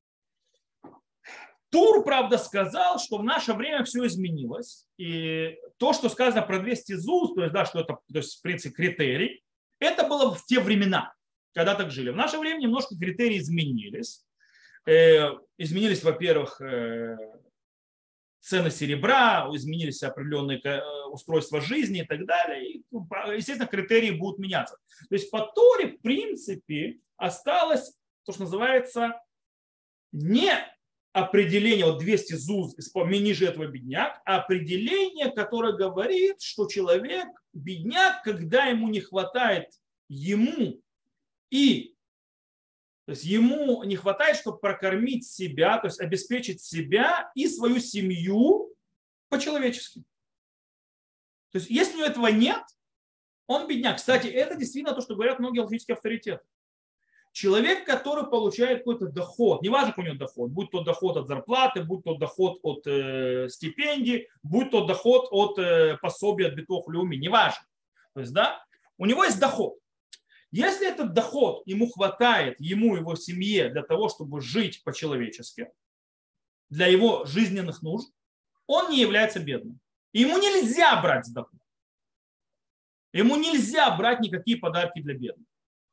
Тур, правда, сказал, что в наше время все изменилось. И то, что сказано про двести зуз, то есть, да, что это, то есть, в принципе, критерий, это было в те времена, когда так жили. В наше время немножко критерии изменились. Э, изменились, во-первых, э, цены серебра, изменились определенные устройства жизни и так далее. И, естественно, критерии будут меняться. То есть по Торе, в принципе, осталось то, что называется не определение, вот двести зуз, ниже этого бедняк, а определение, которое говорит, что человек бедняк, когда ему не хватает ему и то есть ему не хватает, чтобы прокормить себя, то есть обеспечить себя и свою семью по-человечески. То есть если у него этого нет, он бедняк. Кстати, это действительно то, что говорят многие алхимические авторитеты. Человек, который получает какой-то доход, неважно, какой у него доход, будь то доход от зарплаты, будь то доход от э, стипендий, будь то доход от э, пособия от битов люми, неважно. То есть, да, у него есть доход. Если этот доход ему хватает, ему и его семье для того, чтобы жить по-человечески, для его жизненных нужд, он не является бедным. И ему нельзя брать с дохода. Ему нельзя брать никакие подарки для бедных.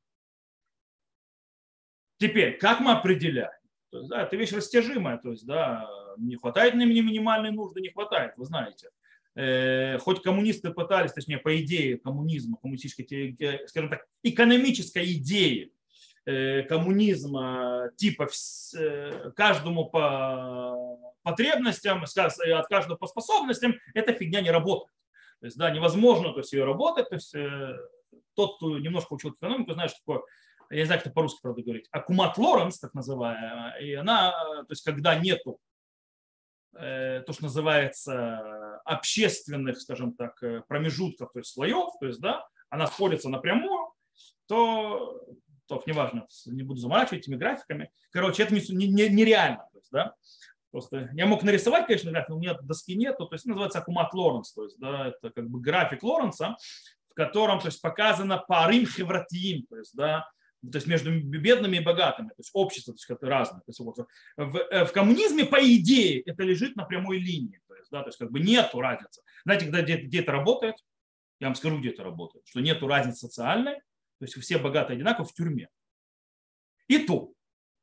Теперь, как мы определяем? То есть, да, это вещь растяжимая. То есть, да, не хватает на мне минимальной нужды, не хватает, вы знаете. Хоть коммунисты пытались, точнее, по идее коммунизма, коммунистической, скажем так, экономической идеи коммунизма, типа каждому по потребностям, от каждого по способностям, эта фигня не работает. То есть, да, невозможно, то есть, ее работать. То есть, тот, кто немножко учил экономику, знает, что такое, я не знаю, как это по-русски, правда, говорить, аккумат Лоренц, так называемая, и она, то есть, когда нету то, что называется общественных, скажем так, промежутков, то есть слоев, то есть, да, она сходится напрямую, то, то неважно, не буду заморачивать этими графиками. Короче, это нереально. Не, не, то есть, да. Просто я мог нарисовать, конечно, график, но у меня доски нету, то есть называется аккумат Лоренц, то есть, да, это как бы график Лоренца, в котором, то есть, показано парим хевратиим, то есть, да, то есть между бедными и богатыми, то есть общество, то есть это разное. То есть вот в, в коммунизме, по идее, это лежит на прямой линии, то есть, да, то есть как бы нету разницы. Знаете, когда где, где это работает, я вам скажу, где это работает, что нету разницы социальной, то есть все богатые одинаково в тюрьме. И то,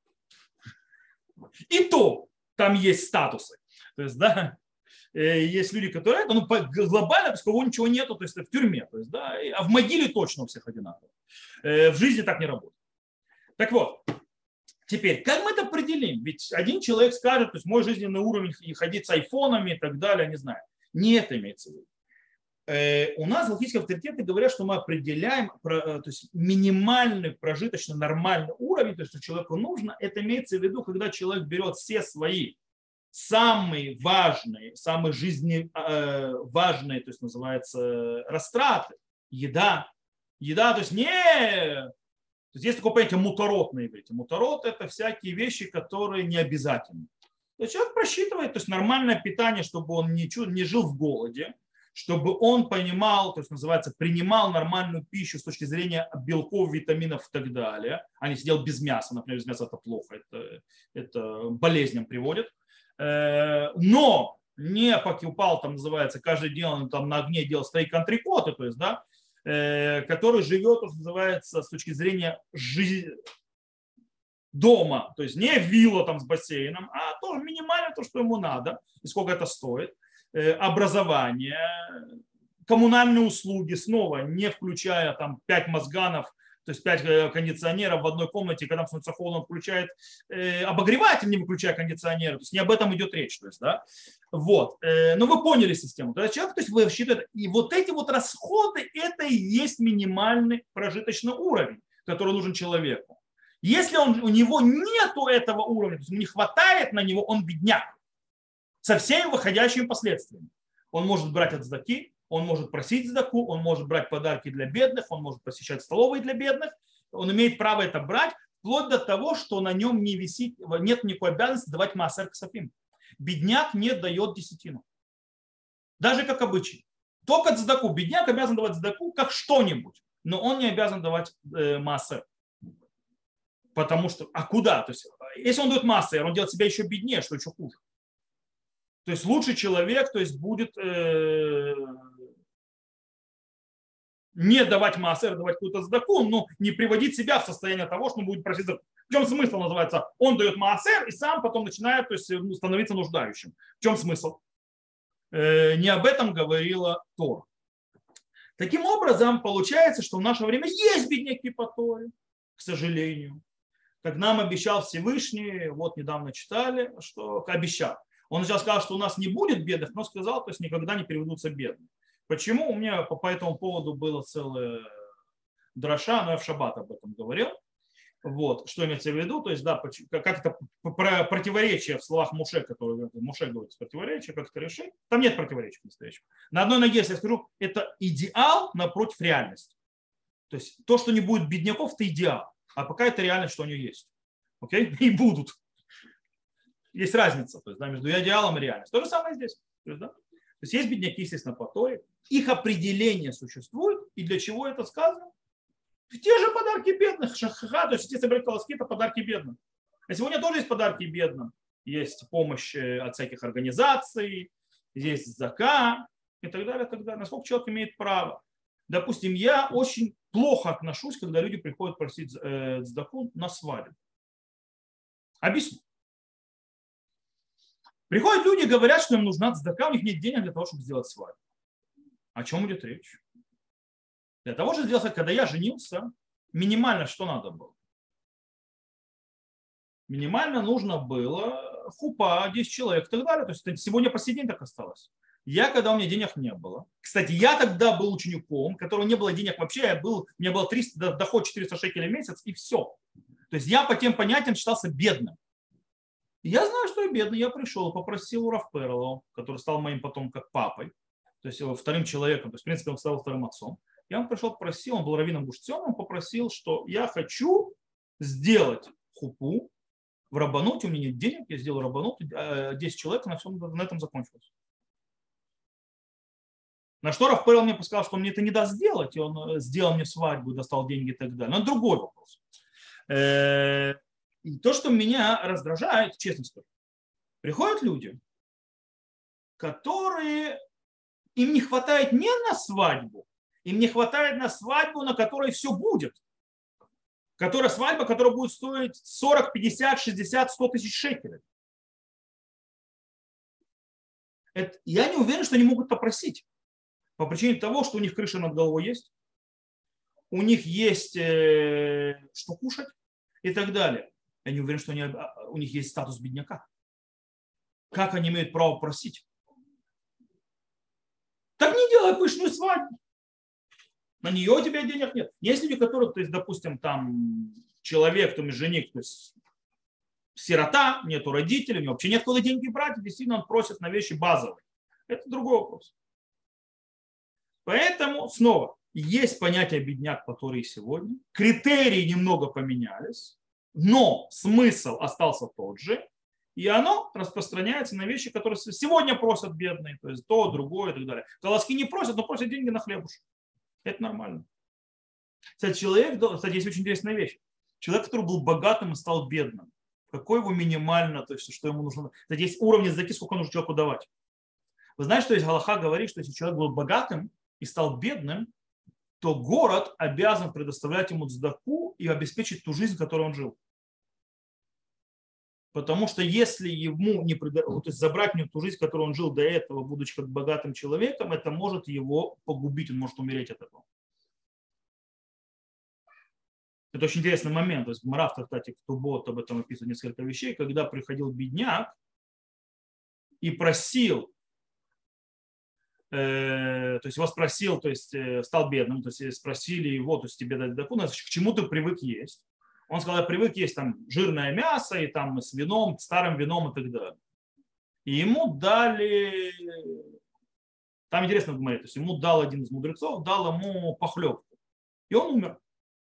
и то там есть статусы. То есть, да, есть люди, которые, ну, глобально, то есть, кого ничего нету, то есть в тюрьме, то есть, да, а в могиле точно у всех одинаково. В жизни так не работает. Так вот, теперь, как мы это определим? Ведь один человек скажет, то есть мой жизненный уровень и ходить с айфонами и так далее, не знаю. Не это имеется в виду. У нас логические авторитеты говорят, что мы определяем, то есть минимальный прожиточный нормальный уровень, то есть что человеку нужно, это имеется в виду, когда человек берет все свои самые важные, самые жизненно важные, то есть называется растраты, еда, еда, то есть не, то есть есть такое понятие мутарот на иврите. Мутарот — это всякие вещи, которые не обязательны. То есть человек просчитывает, то есть нормальное питание, чтобы он не, не жил в голоде, чтобы он понимал, то есть называется, принимал нормальную пищу с точки зрения белков, витаминов и так далее, а не сидел без мяса. Например, без мяса это плохо, это, это болезням приводит. Но не покупал, там называется, каждый день он там на огне делал стейк-антрикоты, то есть, да, который живет, что называется, с точки зрения жизни дома, то есть не вилла там с бассейном, а тоже минимально то, что ему надо, и сколько это стоит, образование, коммунальные услуги, снова не включая там пять мозганов, то есть пять кондиционеров в одной комнате, когда становится холодно, он включает э, обогреватель, не выключая кондиционер. То есть не об этом идет речь. То есть, да? Вот. Э, но вы поняли систему. То есть человек, то есть вы считаете, и вот эти вот расходы, это и есть минимальный прожиточный уровень, который нужен человеку. Если он, у него нет этого уровня, то есть ему не хватает на него, он бедняк. со всеми выходящими последствиями. Он может брать от цдаки, он может просить цдаку, он может брать подарки для бедных, он может посещать столовые для бедных. Он имеет право это брать, вплоть до того, что на нем не висит, нет никакой обязанности давать маасер ксафим. Бедняк не дает десятину. Даже как обычай. Только цдаку. Бедняк обязан давать цдаку как что-нибудь, но он не обязан давать э, маасер. Потому что, а куда? То есть, если он дает маасер, он делает себя еще беднее, что еще хуже. То есть лучший человек, то есть будет э, не давать маасер, давать какую-то цдаку, но не приводить себя в состояние того, что он будет просить цдаку. В чем смысл называется? Он дает маасер и сам потом начинает, то есть, становиться нуждающим. В чем смысл? Э, не об этом говорила Тора. Таким образом, получается, что в наше время есть бедняки по Торе, к сожалению. Как нам обещал Всевышний, вот недавно читали, что обещал. Он сначала сказал, что у нас не будет бедных, но сказал, то есть никогда не переведутся бедные. Почему? У меня по, по этому поводу было целое дроша, но я в шаббат об этом говорил. Вот, что имеется в виду, то есть, да, как это противоречие в словах Муше, которые Муше говорит, противоречие, как это решить. Там нет противоречия по-настоящему. На одной ноге, если я скажу, это идеал напротив реальности. То есть то, что не будет бедняков, это идеал. А пока это реальность, что они есть. Окей? И будут. Есть разница, то есть, да, между идеалом и реальностью. То же самое здесь. То есть, да? То есть есть бедняки, естественно, по Торе. Их определение существует. И для чего это сказано? Те же подарки бедных. Шахаха, то есть те собирать колоски, это подарки бедным. А сегодня тоже есть подарки бедным. Есть помощь от всяких организаций, есть зака и так далее, и так далее. Насколько человек имеет право. Допустим, я очень плохо отношусь, когда люди приходят просить цдаку на свадьбу. Объясню. Приходят люди и говорят, что им нужна цдака, у них нет денег для того, чтобы сделать свадьбу. О чем идет речь? Для того, чтобы сделать, когда я женился, минимально что надо было? Минимально нужно было хупа, десять человек и так далее. То есть сегодня по сей день так осталось. Я, когда у меня денег не было. Кстати, я тогда был учеником, у которого не было денег вообще. Я был, у меня было триста, доход четыреста шекелей в месяц и все. То есть я по тем понятиям считался бедным. И я знаю, что я бедный. Я пришел и попросил у Рав Перлова, который стал моим потом как папой, то есть вторым человеком, то есть в принципе он стал вторым отцом. Я ему пришел, попросил, он был раввином Гуштионом, попросил, что я хочу сделать хупу в рабануте, у меня нет денег, я сделал рабанут, десять человек, на всем на этом закончилось. На что Рав Перлов мне сказал, что он мне это не даст сделать, и он сделал мне свадьбу, достал деньги и так далее. Но это другой вопрос. И то, что меня раздражает, честно скажу, приходят люди, которые, им не хватает не на свадьбу, им не хватает на свадьбу, на которой все будет. Которая свадьба, которая будет стоить сорок, пятьдесят, шестьдесят, сто тысяч шекелей. Это, я не уверен, что они могут попросить. По причине того, что у них крыша над головой есть, у них есть э, что кушать и так далее. Я не уверен, что они, у них есть статус бедняка. Как они имеют право просить? Так не делай пышную свадьбу. На нее у тебя денег нет. Есть люди, которые, то есть, допустим, там человек, там жених, то есть сирота, нету родителей, у него вообще нет куда деньги брать, и действительно он просит на вещи базовые. Это другой вопрос. Поэтому снова есть понятие бедняк, который сегодня. Критерии немного поменялись, но смысл остался тот же. И оно распространяется на вещи, которые сегодня просят бедные, то есть то, другое и так далее. Колоски не просят, но просят деньги на хлебушек. Это нормально. Кстати, человек, кстати, есть очень интересная вещь. Человек, который был богатым и стал бедным. Какой его минимально, то есть что ему нужно. Кстати, есть уровни сдаки, сколько нужно человеку давать. Вы знаете, что есть галаха говорит, что если человек был богатым и стал бедным, то город обязан предоставлять ему сдаку и обеспечить ту жизнь, в которой он жил. Потому что если ему не предо... то есть забрать ему ту жизнь, в которой он жил до этого, будучи как богатым человеком, это может его погубить, он может умереть от этого. Это очень интересный момент. То есть Гмара, кстати, Ктубот об этом описывает несколько вещей, когда приходил бедняк и просил, э, то есть его спросил, то есть стал бедным, то есть спросили его, то есть тебе дать даку, к чему ты привык есть. Он сказал, я привык есть там жирное мясо и там с вином, старым вином и так далее. И ему дали, там интересно говорить, то есть ему дал один из мудрецов, дал ему похлебку. И он умер.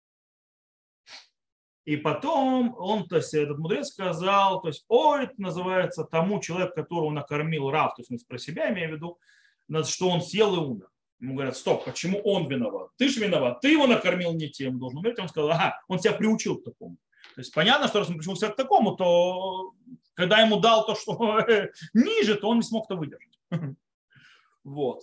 И потом он, то есть этот мудрец сказал, то есть, ой, это называется тому человеку, которого накормил Рав, то есть он про себя имею в виду, что он съел и умер. Ему говорят, стоп, почему он виноват? Ты же виноват, ты его накормил не тем, должен умереть. Он сказал, ага, он себя приучил к такому. То есть понятно, что раз он приучил себя к такому, то когда ему дал то, что ниже, то он не смог-то выдержать. Вот.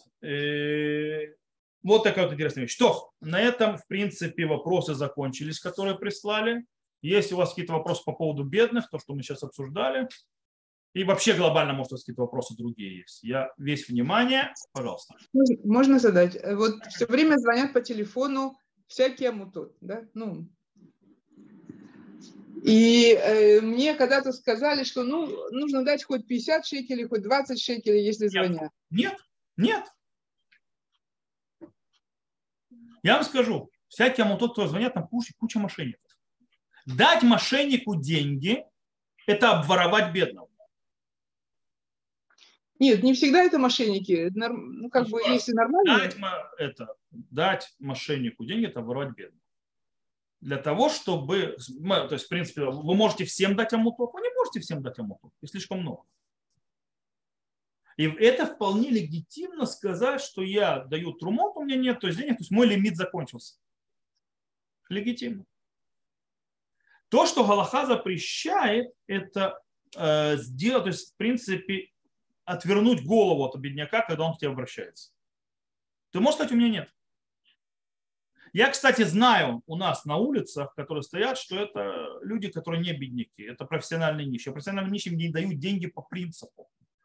Вот такая вот интересная вещь. Что, на этом, в принципе, вопросы закончились, которые прислали. Если у вас какие-то вопросы по поводу бедных, то, что мы сейчас обсуждали, и вообще глобально, может, у вас какие-то вопросы другие есть. Я весь внимание, пожалуйста. Можно задать? Вот все время звонят по телефону всякие амутот, да? Ну, и э, мне когда-то сказали, что ну, нужно дать хоть пятьдесят шекелей, хоть двадцать шекелей, если звонят. Нет, нет. Я вам скажу, всякие амутот, кто звонят, там куча, куча мошенников. Дать мошеннику деньги – это обворовать бедного. Нет, не всегда это мошенники. Ну, как бы, если нормально. Дать, это, дать мошеннику деньги – это обворовать бедного. Для того, чтобы, то есть, в принципе, вы можете всем дать амутот, вы не можете всем дать амутот, их слишком много. И это вполне легитимно сказать, что я даю трумот, у меня нет, то есть денег, то есть мой лимит закончился. Легитимно. То, что Галаха запрещает, это э, сделать, то есть, в принципе, отвернуть голову от бедняка, когда он к тебе обращается. Ты можешь сказать, у меня нет. Я, кстати, знаю у нас на улицах, которые стоят, что это люди, которые не бедняки, это профессиональные нищие. Профессиональным нищим не дают деньги по принципу.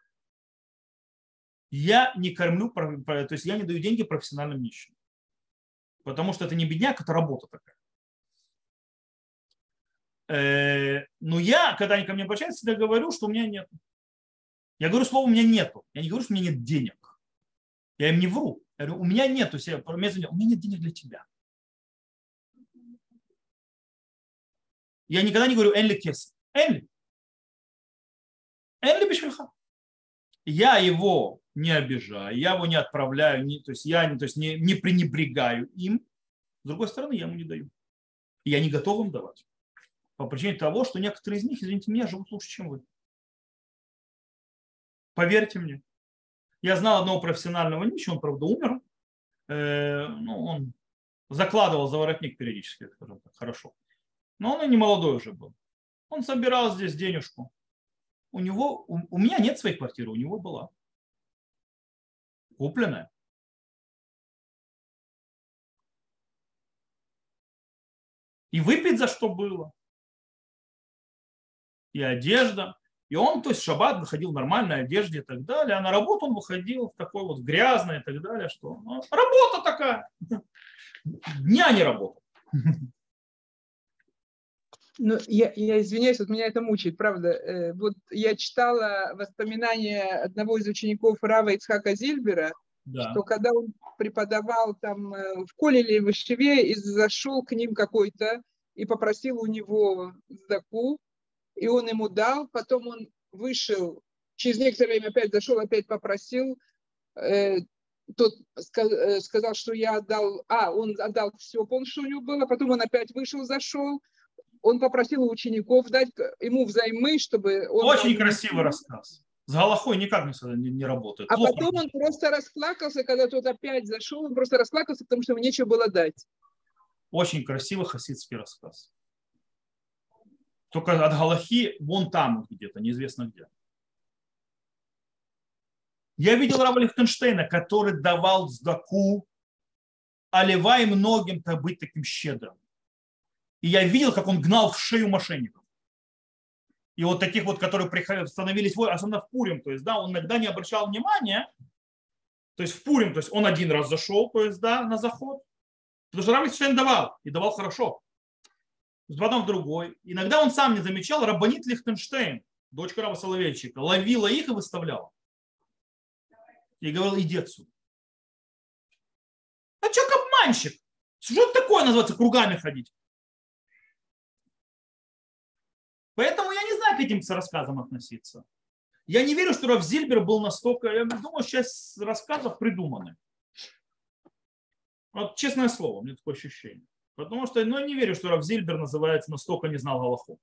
Я не кормлю, то есть я не даю деньги профессиональным нищим. Потому что это не бедняк, это работа такая. Но я, когда они ко мне обращаются, всегда говорю, что у меня нет. Я говорю слово «у меня нету». Я не говорю, что у меня нет денег. Я им не вру. Я говорю, у меня нет, то есть я, у меня нет денег для тебя. Я никогда не говорю «энли кесс». Энли. Энли бешвильха. Я его не обижаю, я его не отправляю, не, то есть я то есть не, не пренебрегаю им. С другой стороны, я ему не даю. И я не готов им давать. По причине того, что некоторые из них, извините меня, живут лучше, чем вы. Поверьте мне. Я знал одного профессионального нищего, он, правда, умер. Э, ну, он закладывал за воротник периодически, скажем так, хорошо. Но он и не молодой уже был. Он собирал здесь денежку. У него, у, у меня нет своей квартиры, у него была. Купленная. И выпить за что было. И одежда. И он, то есть, в шаббат выходил в нормальной одежде и так далее. А на работу он выходил в такой вот грязной и так далее. Что, ну, работа такая. Дня не работал. Ну, я, я извиняюсь, вот меня это мучает, правда. Вот я читала воспоминания одного из учеников Рава Ицхака Зильбера, да. Что когда он преподавал там в Колеле, в Ишеве, и зашел к ним какой-то и попросил у него сдаку, и он ему дал, потом он вышел, через некоторое время опять зашел, опять попросил, э, тот сказал, что я отдал, а, он отдал все полностью, что у него было, потом он опять вышел, зашел, он попросил у учеников дать ему взаймы, чтобы он... Очень красивый рассказ. С Галахой никак не, не работает. А Плохо. Потом он просто расплакался, когда тот опять зашел, он просто расплакался, потому что ему нечего было дать. Очень красивый хасидский рассказ. Только от Галахи вон там где-то, неизвестно где. Я видел Рава Лихтенштейна, который давал сдаку, оливая многим-то быть таким щедрым. И я видел, как он гнал в шею мошенников. И вот таких вот, которые становились, особенно в Пурим, то есть, да, он иногда не обращал внимания, то есть в Пурим, то есть он один раз зашел, то есть, да, на заход, потому что Рав Лихтенштейн давал, и давал хорошо. Потом в другой. Иногда он сам не замечал, Раббанит Лихтенштейн, дочка Рава Соловейчика, ловила их и выставляла. И говорил, иди отсюда. А человек обманщик. Что это такое называется кругами ходить? Поэтому я не знаю, к этим рассказам относиться. Я не верю, что Рав Зильбер был настолько... Я думаю, часть рассказов придуманы. Вот честное слово, у меня такое ощущение. Потому что ну, я не верю, что Рав Зильбер называется настолько не знал галаху.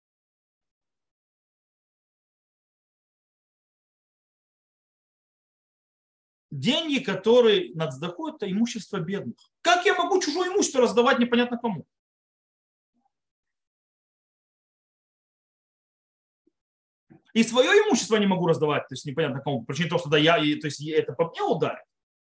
Деньги, которые над сдакой, это имущество бедных. Как я могу чужое имущество раздавать непонятно кому? И свое имущество не могу раздавать, то есть непонятно кому. Причина того, что да, я, то есть это по мне ударит.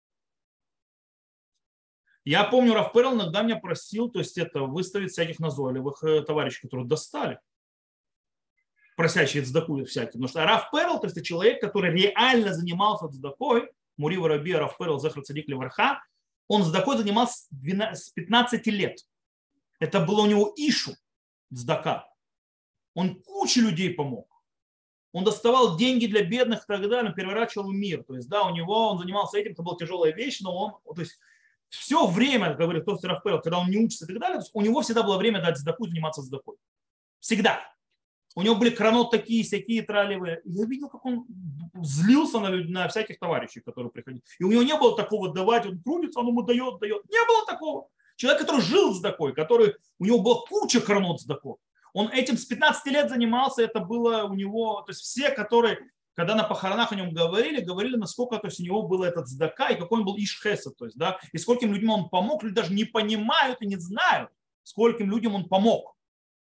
Я помню, Рав Перл иногда меня просил, то есть это выставить всяких назойливых товарищей, которые достали, просящие цдаку всякие. Потому что Рав Перл, то есть это человек, который реально занимался цдакой, Мурива Раби Рав Перл Зехар Цадик Леварха, он цдакой занимался с пятнадцати лет. Это было у него ишу цдака. Он куче людей помог. Он доставал деньги для бедных и так далее, он переворачивал мир. То есть, да, у него он занимался этим, это была тяжелая вещь, но он, то есть, все время, как говорит Товстый Рав Перл, когда он не учится и так далее, у него всегда было время дать цдаку, заниматься цдакой. Всегда. У него были кранот такие, всякие тралевые. Я видел, как он злился на, на всяких товарищей, которые приходили. И у него не было такого давать, он трудится, он ему дает, дает. Не было такого. Человек, который жил цдакой, который, у него была куча кранот цдаков. Он этим с пятнадцати лет занимался, это было у него, то есть все, которые, когда на похоронах о нем говорили, говорили, насколько то есть у него был этот цдака и какой он был иш-хесед, то есть, да, и скольким людям он помог, люди даже не понимают и не знают, скольким людям он помог.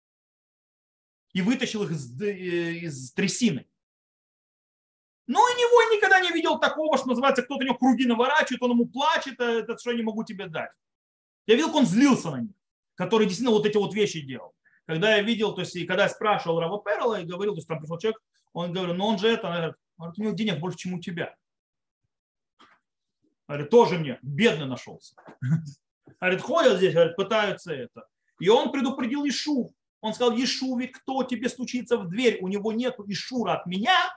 И вытащил их из, из трясины. Но у него я никогда не видел такого, что называется, кто-то у него круги наворачивает, он ему плачет, это что я не могу тебе дать. Я видел, как он злился на них, который действительно вот эти вот вещи делал. Когда я видел, то есть, и когда я спрашивал Рава Перла и говорил, то есть там пришел человек, он говорил, ну он же это, он говорит, у него денег больше, чем у тебя. Говорит, тоже мне, бедный нашелся. Говорит, ходят здесь, говорит, пытаются это. И он предупредил Ишу. Он сказал, Ешуве, кто тебе стучится в дверь, у него нет Ишура от меня,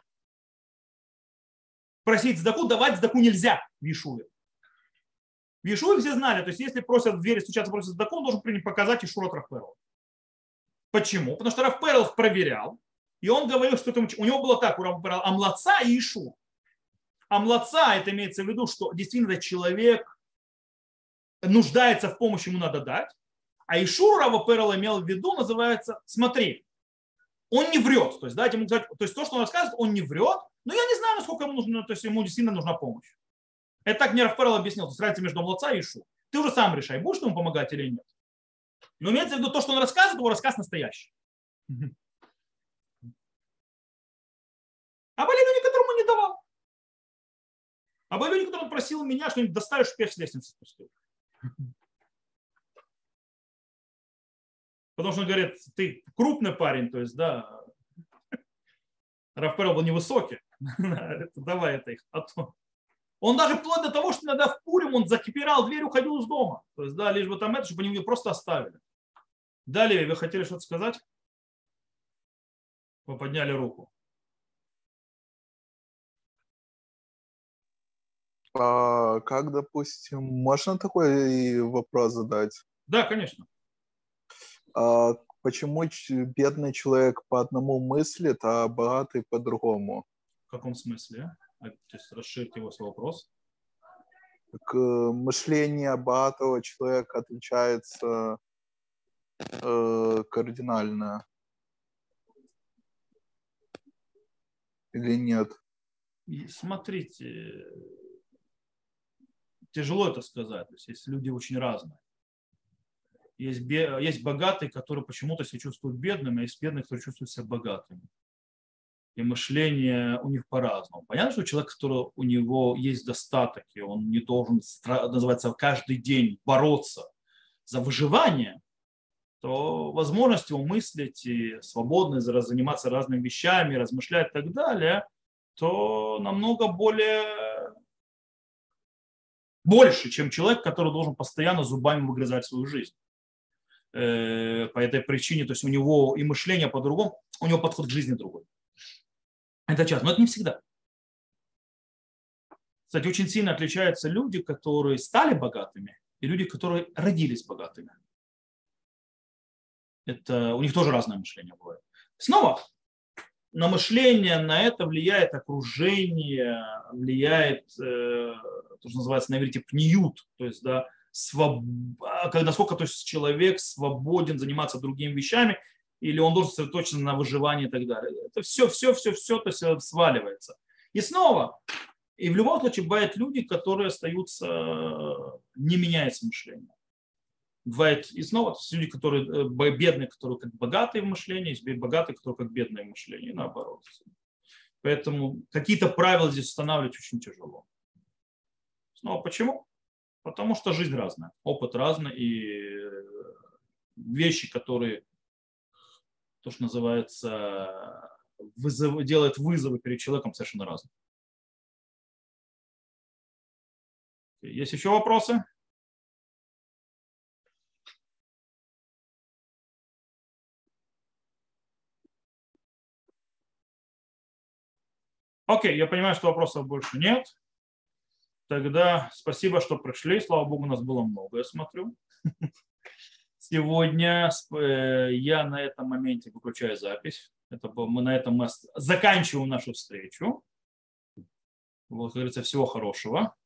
просить цдаку, давать цдаку нельзя в Ешуве. В Ешуве все знали, то есть если просят в дверь, стучаться, просят цдаку, он должен показать Ишур от Рав Перла. Почему? Потому что Рав Перл их проверял, и он говорил, что это, у него было так, у Рава Перла амлаца и Ишур. Амлаца, это имеется в виду, что действительно человек нуждается в помощи, ему надо дать. А Ишур Рава Перла имел в виду, называется, смотри, он не врет. То есть, дайте ему сказать, то есть то, что он рассказывает, он не врет, но я не знаю, насколько ему нужно, то есть ему действительно нужна помощь. Это так мне Рав Перл объяснил, то есть разница между амлаца и Ишур. Ты уже сам решай, будешь ему помогать или нет. Но имеется в виду то, что он рассказывает, его рассказ настоящий. А были люди, которым он не давал. А были люди, которым он просил меня, что-нибудь доставишь, чтобы я с лестницы спустил. Потому что он говорит, ты крупный парень, то есть, да, Рав Перл был невысокий. Давай это их. А то... Он даже вплоть до того, что иногда в Пурим он закипирал дверь, уходил из дома. То есть, да, лишь бы там это, чтобы они ее просто оставили. Далее, вы хотели что-то сказать? Вы подняли руку. А как, допустим, можно такой вопрос задать? Да, конечно. А почему бедный человек по одному мыслит, а богатый по-другому? В каком смысле? То есть расширить его свой вопрос. Так, мышление богатого человека отличается э, кардинально. Или нет? И смотрите, тяжело это сказать. То есть, есть люди очень разные. Есть, есть богатые, которые почему-то себя чувствуют бедными, а есть бедные, которые чувствуют себя богатыми. И мышление у них по-разному. Понятно, что человек, который у него есть достаток, и он не должен, называется, каждый день бороться за выживание, то возможность его мыслить и свободно заниматься разными вещами, размышлять и так далее, то намного более больше, чем человек, который должен постоянно зубами выгрызать свою жизнь. По этой причине, то есть у него и мышление по-другому, у него подход к жизни другой. Это часто, но это не всегда. Кстати, очень сильно отличаются люди, которые стали богатыми, и люди, которые родились богатыми. Это, у них тоже разное мышление бывает. Снова, на мышление, на это влияет окружение, влияет, э, то, что называется на иврите пниют, то есть, да, своб... когда, насколько то есть, человек свободен заниматься другими вещами, или он должен сосредоточиться на выживании и так далее. Это все, все, все, все то есть, сваливается. И снова, и в любом случае бывают люди, которые остаются, не меняется мышление. Бывает и снова люди, которые бедные, которые как богатые в мышлении, есть богатые, которые как бедные в мышлении, и наоборот. Поэтому какие-то правила здесь устанавливать очень тяжело. Снова почему? Потому что жизнь разная, опыт разный, и вещи, которые, то, что называется, вызов, делают вызовы перед человеком, совершенно разные. Есть еще вопросы? Окей, я понимаю, что вопросов больше нет. Тогда спасибо, что пришли. Слава Богу, у нас было много, я смотрю. Сегодня я на этом моменте выключаю запись. Это мы на этом мы заканчиваем нашу встречу. Вот, как говорится, всего хорошего.